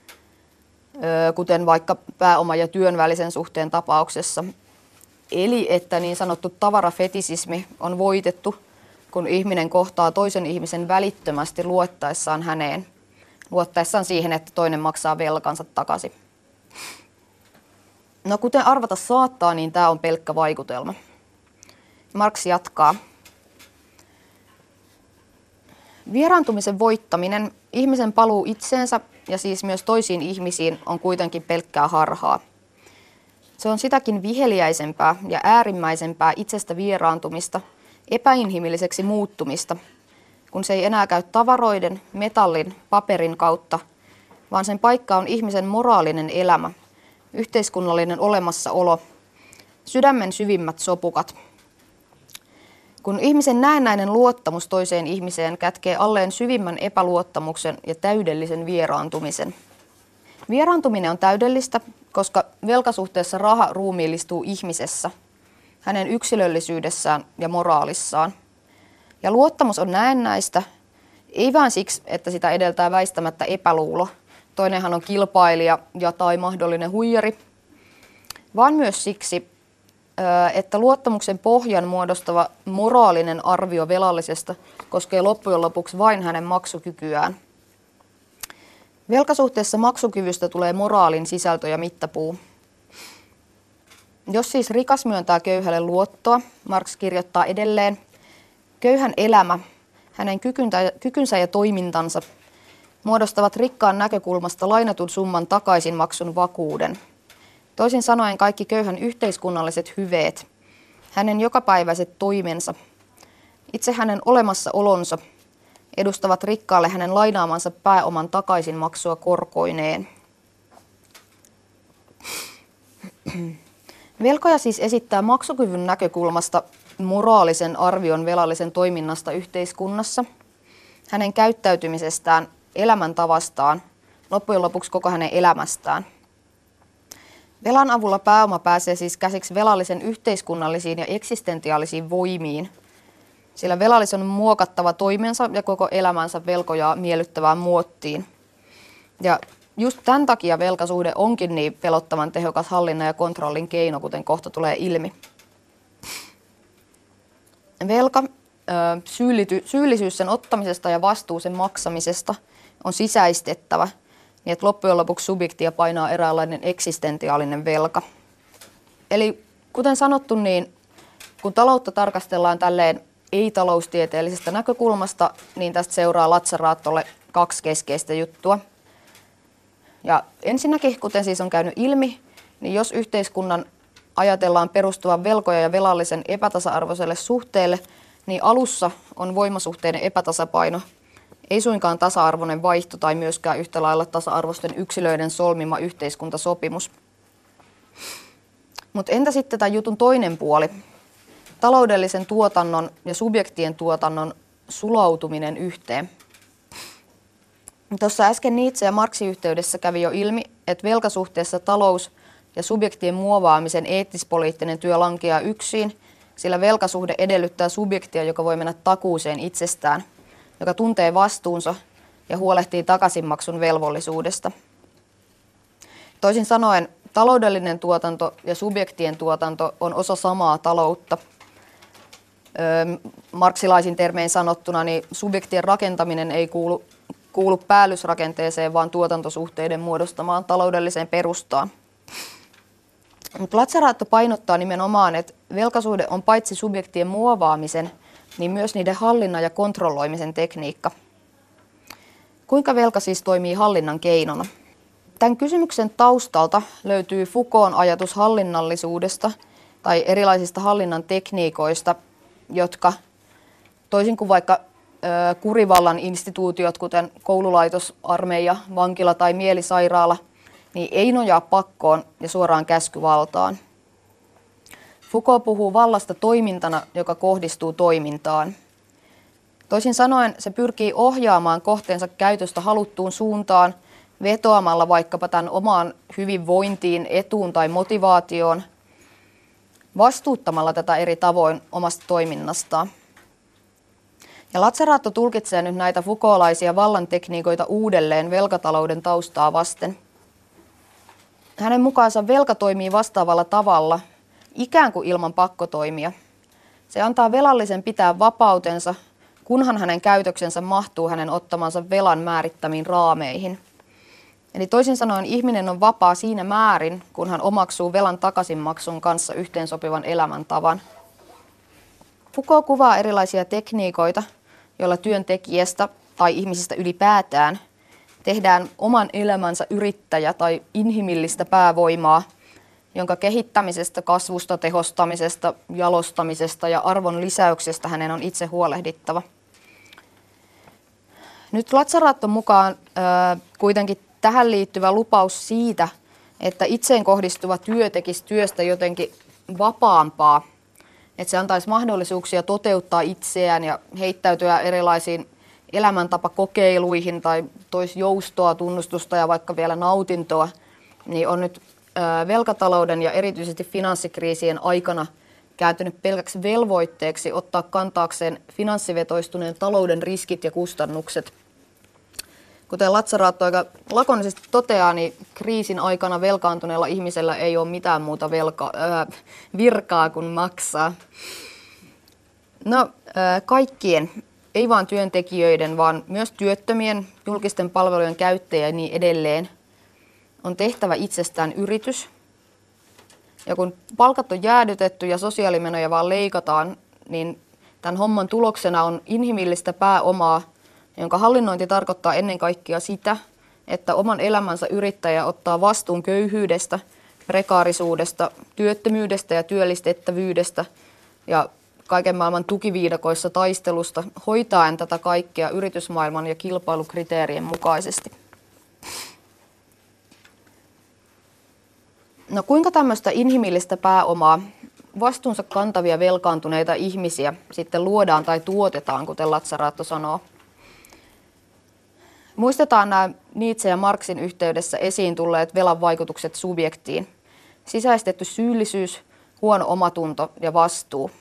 G: kuten vaikka pääoma- ja työn välisen suhteen tapauksessa. Eli että niin sanottu tavarafetisismi on voitettu, kun ihminen kohtaa toisen ihmisen välittömästi luottaessaan häneen, luottaessaan siihen, että toinen maksaa velkansa takaisin. No kuten arvata saattaa, niin tämä on pelkkä vaikutelma. Marx jatkaa. Vieraantumisen voittaminen, ihmisen paluu itseensä ja siis myös toisiin ihmisiin on kuitenkin pelkkää harhaa. Se on sitäkin viheliäisempää ja äärimmäisempää itsestä vieraantumista, epäinhimilliseksi muuttumista, kun se ei enää käy tavaroiden, metallin, paperin kautta, vaan sen paikka on ihmisen moraalinen elämä, yhteiskunnallinen olemassaolo, sydämen syvimmät sopukat. Kun ihmisen näennäinen luottamus toiseen ihmiseen kätkee alleen syvimmän epäluottamuksen ja täydellisen vieraantumisen. Vieraantuminen on täydellistä, koska velkasuhteessa raha ruumiillistuu ihmisessä, hänen yksilöllisyydessään ja moraalissaan. Ja luottamus on näennäistä, ei vain siksi, että sitä edeltää väistämättä epäluulo, toinenhan on kilpailija ja tai mahdollinen huijari, vaan myös siksi, että luottamuksen pohjan muodostava moraalinen arvio velallisesta koskee loppujen lopuksi vain hänen maksukykyään. Velkasuhteessa maksukyvystä tulee moraalin sisältö ja mittapuu. Jos siis rikas myöntää köyhälle luottoa, Marx kirjoittaa edelleen, köyhän elämä, hänen kykynsä ja toimintansa muodostavat rikkaan näkökulmasta lainatun summan takaisinmaksun vakuuden. Toisin sanoen kaikki köyhän yhteiskunnalliset hyveet, hänen jokapäiväiset toimensa, itse hänen olemassaolonsa edustavat rikkaalle hänen lainaamansa pääoman takaisinmaksua korkoineen. Velkoja siis esittää maksukyvyn näkökulmasta moraalisen arvion velallisen toiminnasta yhteiskunnassa, hänen käyttäytymisestään, elämäntavastaan, loppujen lopuksi koko hänen elämästään. Velan avulla pääoma pääsee siis käsiksi velallisen yhteiskunnallisiin ja eksistentiaalisiin voimiin, sillä velallisen on muokattava toimensa ja koko elämänsä velkojaa miellyttävään muottiin. Ja just tämän takia velkasuhde onkin niin pelottavan tehokas hallinnan ja kontrollin keino, kuten kohta tulee ilmi. Velka, syyllity, syyllisyys sen ottamisesta ja vastuu sen maksamisesta on sisäistettävä, niin että loppujen lopuksi subjektia painaa eräänlainen eksistentiaalinen velka. Eli kuten sanottu, niin kun taloutta tarkastellaan tälleen ei-taloustieteellisestä näkökulmasta, niin tästä seuraa Lazzaraatolle kaksi keskeistä juttua. Ja ensinnäkin, kuten siis on käynyt ilmi, niin jos yhteiskunnan ajatellaan perustuvan velkoja ja velallisen epätasa-arvoiselle suhteelle, niin alussa on voimasuhteiden epätasapaino, ei suinkaan tasa-arvoinen vaihto tai myöskään yhtä lailla tasa-arvoisten yksilöiden solmima yhteiskuntasopimus. Mutta entä sitten tämä jutun toinen puoli? Taloudellisen tuotannon ja subjektien tuotannon sulautuminen yhteen. Tuossa äsken Nietzsche ja Marxin yhteydessä kävi jo ilmi, että velkasuhteessa talous ja subjektien muovaamisen eettis-poliittinen työ lankeaa yksin, sillä velkasuhde edellyttää subjektia, joka voi mennä takuuseen itsestään, joka tuntee vastuunsa ja huolehtii takaisinmaksun velvollisuudesta. Toisin sanoen, taloudellinen tuotanto ja subjektien tuotanto on osa samaa taloutta. Öö, marksilaisin termein sanottuna, niin subjektien rakentaminen ei kuulu, kuulu päällysrakenteeseen, vaan tuotantosuhteiden muodostamaan taloudelliseen perustaan. Mutta Lazzaraatto painottaa nimenomaan, että velkasuhde on paitsi subjektien muovaamisen, niin myös niiden hallinnan ja kontrolloimisen tekniikka. Kuinka velka siis toimii hallinnan keinona? Tämän kysymyksen taustalta löytyy Foucaultin ajatus hallinnallisuudesta tai erilaisista hallinnan tekniikoista, jotka toisin kuin vaikka ö, kurivallan instituutiot, kuten koululaitos, armeija, vankila tai mielisairaala, niin ei nojaa pakkoon ja suoraan käskyvaltaan. Foucault puhuu vallasta toimintana, joka kohdistuu toimintaan. Toisin sanoen se pyrkii ohjaamaan kohteensa käytöstä haluttuun suuntaan, vetoamalla vaikkapa tämän omaan hyvinvointiin, etuun tai motivaatioon, vastuuttamalla tätä eri tavoin omasta toiminnastaan. Ja Lazzaraatto tulkitsee nyt näitä Foucaultlaisia vallantekniikoita uudelleen velkatalouden taustaa vasten. Hänen mukaansa velka toimii vastaavalla tavalla, ikään kuin ilman pakkotoimia. Se antaa velallisen pitää vapautensa, kunhan hänen käytöksensä mahtuu hänen ottamansa velan määrittämiin raameihin. Eli toisin sanoen ihminen on vapaa siinä määrin, kun hän omaksuu velan takaisinmaksun kanssa yhteensopivan elämäntavan. Foucault kuvaa erilaisia tekniikoita, joilla työntekijästä tai ihmisistä ylipäätään tehdään oman elämänsä yrittäjä tai inhimillistä päävoimaa, jonka kehittämisestä, kasvusta, tehostamisesta, jalostamisesta ja arvon lisäyksestä hänen on itse huolehdittava. Nyt Lazzaraatton mukaan äh, kuitenkin tähän liittyvä lupaus siitä, että itseen kohdistuva työ tekisi työstä jotenkin vapaampaa, että se antaisi mahdollisuuksia toteuttaa itseään ja heittäytyä erilaisiin elämäntapakokeiluihin tai toisi joustoa, tunnustusta ja vaikka vielä nautintoa, niin on nyt äh, velkatalouden ja erityisesti finanssikriisien aikana kääntynyt pelkäksi velvoitteeksi ottaa kantaakseen finanssivetoistuneen talouden riskit ja kustannukset. Kuten Lazzarato aika lakonisesti toteaa, niin kriisin aikana velkaantuneella ihmisellä ei ole mitään muuta velka, äh, virkaa kuin maksaa. No, äh, kaikkien, ei vain työntekijöiden, vaan myös työttömien, julkisten palvelujen käyttäjien ja niin edelleen, on tehtävä itsestään yritys. Ja kun palkat on jäädytetty ja sosiaalimenoja vaan leikataan, niin tämän homman tuloksena on inhimillistä pääomaa, jonka hallinnointi tarkoittaa ennen kaikkea sitä, että oman elämänsä yrittäjä ottaa vastuun köyhyydestä, prekaarisuudesta, työttömyydestä ja työllistettävyydestä ja kaiken maailman tukiviidakoissa taistelusta, hoitaen tätä kaikkea yritysmaailman ja kilpailukriteerien mukaisesti. No kuinka tämmöistä inhimillistä pääomaa, vastuunsa kantavia velkaantuneita ihmisiä sitten luodaan tai tuotetaan, kuten Lazzarato sanoo? Muistetaan nämä Nietzsche ja Marxin yhteydessä esiin tulleet velan vaikutukset subjektiin. Sisäistetty syyllisyys, huono omatunto ja vastuu.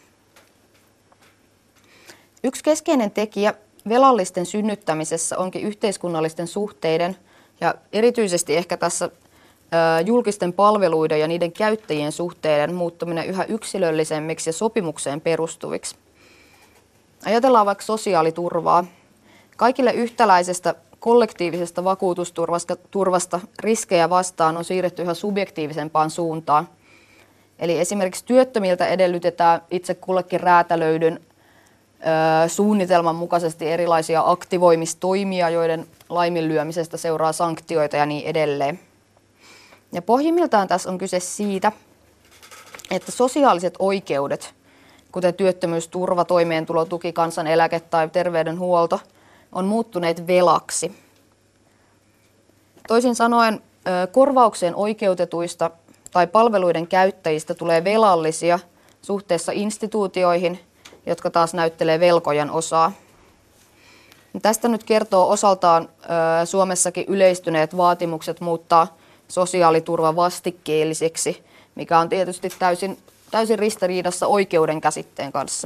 G: Yksi keskeinen tekijä velallisten synnyttämisessä onkin yhteiskunnallisten suhteiden ja erityisesti ehkä tässä ä, julkisten palveluiden ja niiden käyttäjien suhteiden muuttuminen yhä yksilöllisemmiksi ja sopimukseen perustuviksi. Ajatellaan vaikka sosiaaliturvaa. Kaikille yhtäläisestä kollektiivisesta vakuutusturvasta turvasta riskejä vastaan on siirretty yhä subjektiivisempaan suuntaan. Eli esimerkiksi työttömiltä edellytetään itse kullekin räätälöidyn ö, suunnitelman mukaisesti erilaisia aktivoimistoimia, joiden laiminlyömisestä seuraa sanktioita ja niin edelleen. Ja pohjimmiltaan tässä on kyse siitä, että sosiaaliset oikeudet, kuten työttömyysturva, toimeentulotuki, kansaneläke tai terveydenhuolto, on muuttuneet velaksi. Toisin sanoen korvaukseen oikeutetuista tai palveluiden käyttäjistä tulee velallisia suhteessa instituutioihin, jotka taas näyttelee velkojan osaa. Tästä nyt kertoo osaltaan Suomessakin yleistyneet vaatimukset muuttaa sosiaaliturva vastikkeelliseksi, mikä on tietysti täysin, täysin ristiriidassa oikeuden käsitteen kanssa.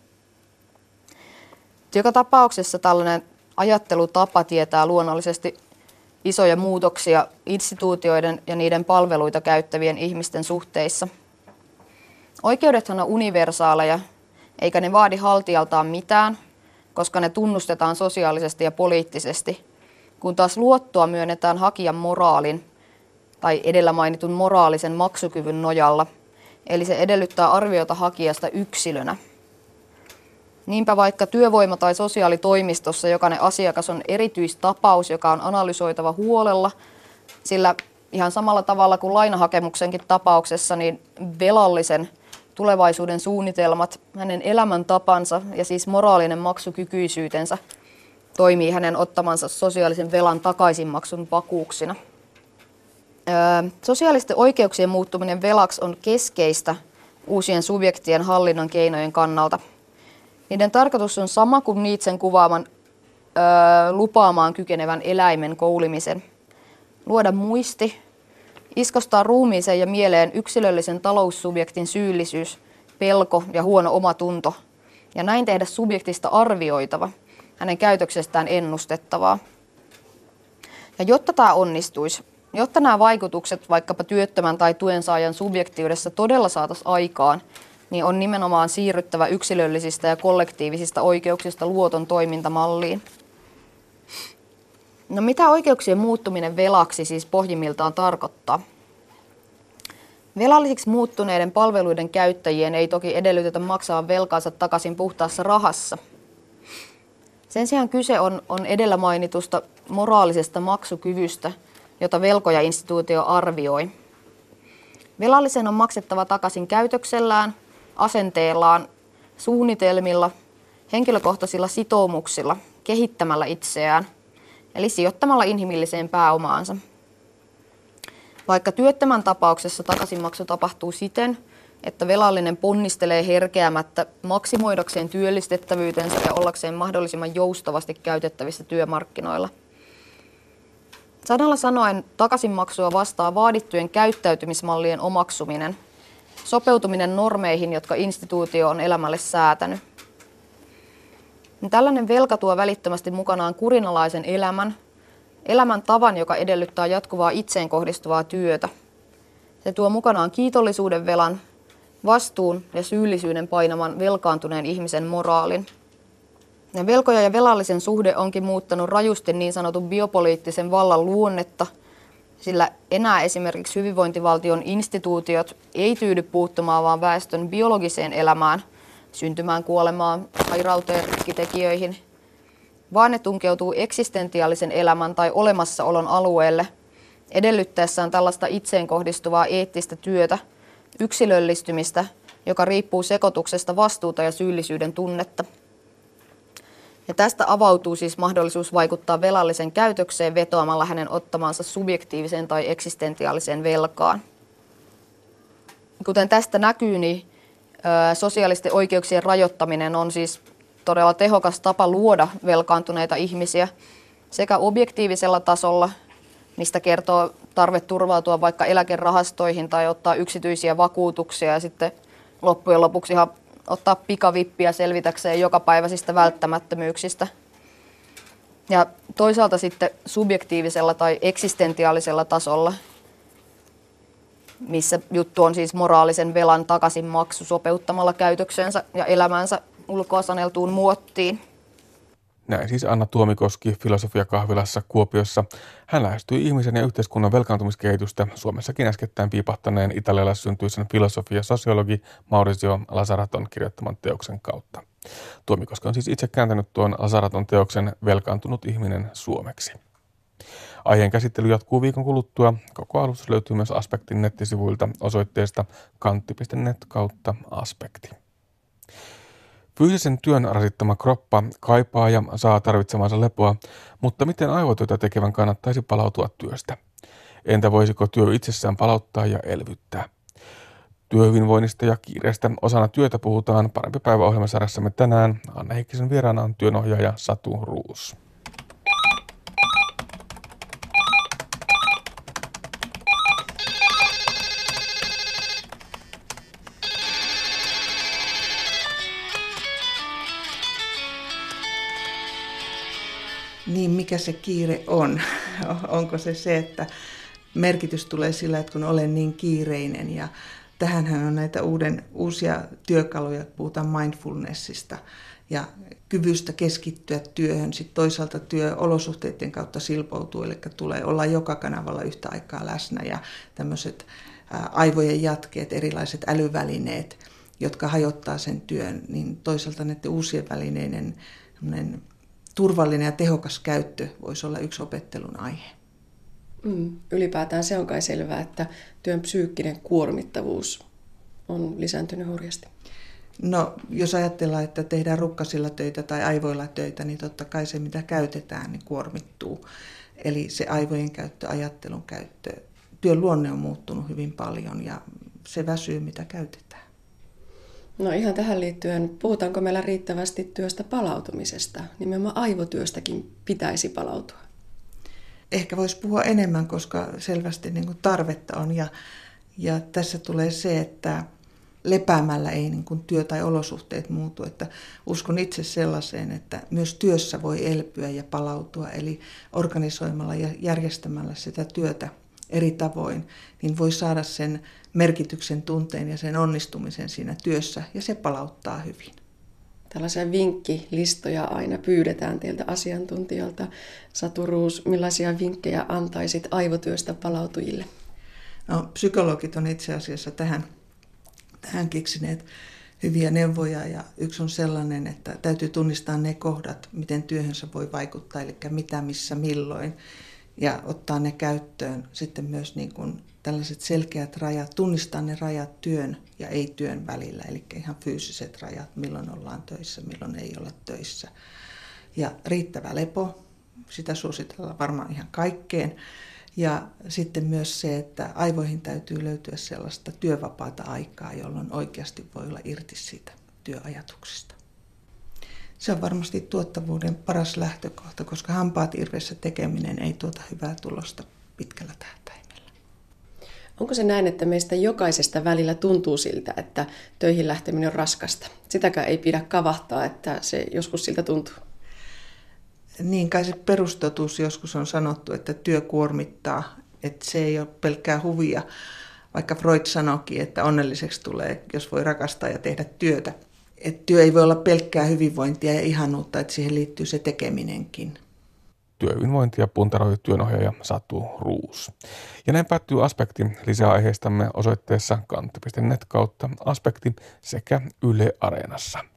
G: Joka tapauksessa tällainen ajattelutapa tietää luonnollisesti isoja muutoksia instituutioiden ja niiden palveluita käyttävien ihmisten suhteissa. Oikeudethan on universaaleja, eikä ne vaadi haltijaltaan mitään, koska ne tunnustetaan sosiaalisesti ja poliittisesti, kun taas luottoa myönnetään hakijan moraalin tai edellä mainitun moraalisen maksukyvyn nojalla, eli se edellyttää arviota hakijasta yksilönä. Niinpä vaikka työvoima- tai sosiaalitoimistossa jokainen asiakas on erityistapaus, joka on analysoitava huolella, sillä ihan samalla tavalla kuin lainahakemuksenkin tapauksessa, niin velallisen tulevaisuuden suunnitelmat, hänen elämäntapansa ja siis moraalinen maksukykyisyytensä toimii hänen ottamansa sosiaalisen velan takaisinmaksun vakuuksina. Öö, sosiaalisten oikeuksien muuttuminen velaksi on keskeistä uusien subjektien hallinnon keinojen kannalta. Niiden tarkoitus on sama kuin Nietzschen kuvaaman öö, lupaamaan kykenevän eläimen koulimisen. Luoda muisti, iskostaa ruumiiseen ja mieleen yksilöllisen taloussubjektin syyllisyys, pelko ja huono omatunto, ja näin tehdä subjektista arvioitava, hänen käytöksestään ennustettavaa. Ja jotta tämä onnistuisi, jotta nämä vaikutukset vaikkapa työttömän tai tuensaajan subjektiudessa todella saataisiin aikaan, niin on nimenomaan siirryttävä yksilöllisistä ja kollektiivisista oikeuksista luoton toimintamalliin. No mitä oikeuksien muuttuminen velaksi siis pohjimmiltaan tarkoittaa? Velallisiksi muuttuneiden palveluiden käyttäjien ei toki edellytetä maksaa velkaansa takaisin puhtaassa rahassa. Sen sijaan kyse on, on edellä mainitusta moraalisesta maksukyvystä, jota velkoja-instituutio arvioi. Velallisen on maksettava takaisin käytöksellään, asenteellaan, suunnitelmilla, henkilökohtaisilla sitoumuksilla, kehittämällä itseään, eli sijoittamalla inhimilliseen pääomaansa. Vaikka työttömän tapauksessa takaisinmaksu tapahtuu siten, että velallinen ponnistelee herkeämättä maksimoidakseen työllistettävyytensä ja ollakseen mahdollisimman joustavasti käytettävissä työmarkkinoilla. Sanalla sanoen takaisinmaksua vastaa vaadittujen käyttäytymismallien omaksuminen, sopeutuminen normeihin, jotka instituutio on elämälle säätänyt. Tällainen velka tuo välittömästi mukanaan kurinalaisen elämän, elämän tavan, joka edellyttää jatkuvaa itseen kohdistuvaa työtä. Se tuo mukanaan kiitollisuuden velan, vastuun ja syyllisyyden painaman velkaantuneen ihmisen moraalin. Ja velkoja ja velallisen suhde onkin muuttanut rajusti niin sanotun biopoliittisen vallan luonnetta, sillä enää esimerkiksi hyvinvointivaltion instituutiot ei tyydy puuttumaan vaan väestön biologiseen elämään, syntymään, kuolemaan, sairauteen, riskitekijöihin, vaan ne tunkeutuu eksistentiaalisen elämän tai olemassaolon alueelle, edellyttäessään tällaista itseen kohdistuvaa eettistä työtä, yksilöllistymistä, joka riippuu sekoituksesta vastuuta ja syyllisyyden tunnetta. Ja tästä avautuu siis mahdollisuus vaikuttaa velallisen käytökseen vetoamalla hänen ottamaansa subjektiiviseen tai eksistentiaaliseen velkaan. Kuten tästä näkyy, niin ö, sosiaalisten oikeuksien rajoittaminen on siis todella tehokas tapa luoda velkaantuneita ihmisiä sekä objektiivisella tasolla, mistä kertoo tarve turvautua vaikka eläkerahastoihin tai ottaa yksityisiä vakuutuksia ja sitten loppujen lopuksi ihan ottaa pikavippiä selvitäkseen jokapäiväisistä välttämättömyyksistä. Ja toisaalta sitten subjektiivisella tai eksistentiaalisella tasolla, missä juttu on siis moraalisen velan takaisinmaksu sopeuttamalla käytöksensä ja elämänsä ulkoa saneltuun muottiin.
B: Näin siis Anna Tuomikoski Filosofiakahvilassa Kuopiossa. Hän lähestyi ihmisen ja yhteiskunnan velkaantumiskehitystä Suomessakin äskettäin piipahtaneen italialaissyntyisen filosofi ja sosiologi Maurizio Lazzaraton kirjoittaman teoksen kautta. Tuomikoski on siis itse kääntänyt tuon Lazzaraton teoksen Velkaantunut ihminen suomeksi. Aiheen käsittely jatkuu viikon kuluttua. Koko alustus löytyy myös Aspektin nettisivuilta osoitteesta kantti piste net kautta aspekti. Fyysisen työn rasittama kroppa kaipaa ja saa tarvitsemansa lepoa, mutta miten aivotyötä tekevän kannattaisi palautua työstä? Entä voisiko työ itsessään palauttaa ja elvyttää? Työhyvinvoinnista ja kiireestä osana työtä puhutaan Parempi päivä -ohjelmasarjassamme tänään. Anne Heikkisen vieraana on työnohjaaja Satu Ruus.
H: Niin, mikä se kiire on? Onko se se, että merkitys tulee sillä, että kun olen niin kiireinen, ja tähänhän on näitä uuden, uusia työkaluja, puhutaan mindfulnessista ja kyvystä keskittyä työhön, sitten toisaalta työolosuhteiden kautta silpoutuu, eli tulee olla joka kanavalla yhtä aikaa läsnä, ja tämmöiset aivojen jatkeet, erilaiset älyvälineet, jotka hajottaa sen työn, niin toisaalta näiden uusien välineiden turvallinen ja tehokas käyttö voisi olla yksi opettelun aihe.
D: Mm, ylipäätään se on kai selvää, että työn psyykkinen kuormittavuus on lisääntynyt hurjasti.
H: No, jos ajatellaan, että tehdään rukkasilla töitä tai aivoilla töitä, niin totta kai se, mitä käytetään, niin kuormittuu. Eli se aivojen käyttö, ajattelun käyttö, työn luonne on muuttunut hyvin paljon ja se väsyy, mitä käytetään.
D: No ihan tähän liittyen, puhutaanko meillä riittävästi työstä palautumisesta? Nimenomaan aivotyöstäkin pitäisi palautua.
H: Ehkä voisi puhua enemmän, koska selvästi niin kuin tarvetta on. Ja, ja tässä tulee se, että lepäämällä ei niin kuin työ tai olosuhteet muutu. Että uskon itse sellaiseen, että myös työssä voi elpyä ja palautua. Eli organisoimalla ja järjestämällä sitä työtä eri tavoin, niin voi saada sen merkityksen tunteen ja sen onnistumisen siinä työssä, ja se palauttaa hyvin.
D: Tällaisia vinkkilistoja aina pyydetään teiltä asiantuntijoilta. Satu Ruus, millaisia vinkkejä antaisit aivotyöstä palautujille?
H: No, psykologit on itse asiassa tähän, tähän keksineet hyviä neuvoja, ja yksi on sellainen, että täytyy tunnistaa ne kohdat, miten työhönsä voi vaikuttaa, eli mitä, missä, milloin, ja ottaa ne käyttöön. Sitten myös niin kuin tällaiset selkeät rajat, tunnistaa ne rajat työn ja ei-työn välillä, eli ihan fyysiset rajat, milloin ollaan töissä, milloin ei olla töissä. Ja riittävä lepo, sitä suositellaan varmaan ihan kaikkeen. Ja sitten myös se, että aivoihin täytyy löytyä sellaista työvapaata aikaa, jolloin oikeasti voi olla irti siitä työajatuksesta. Se on varmasti tuottavuuden paras lähtökohta, koska hampaat irvessä tekeminen ei tuota hyvää tulosta pitkällä tähtäimellä.
D: Onko se näin, että meistä jokaisesta välillä tuntuu siltä, että töihin lähteminen on raskasta? Sitäkään ei pidä kavahtaa, että se joskus siltä tuntuu.
H: Niin kai se perustotuus joskus on sanottu, että työ kuormittaa, että se ei ole pelkkää huvia. Vaikka Freud sanoikin, että onnelliseksi tulee, jos voi rakastaa ja tehdä työtä. Että työ ei voi olla pelkkää hyvinvointia ja ihanuutta, että siihen liittyy se tekeminenkin.
B: Työhyvinvointia puntaroi työnohjaaja Satu Ruus. Ja näin päättyy Aspekti. Lisää aiheistamme osoitteessa kantti piste net kautta aspekti sekä Yle Areenassa.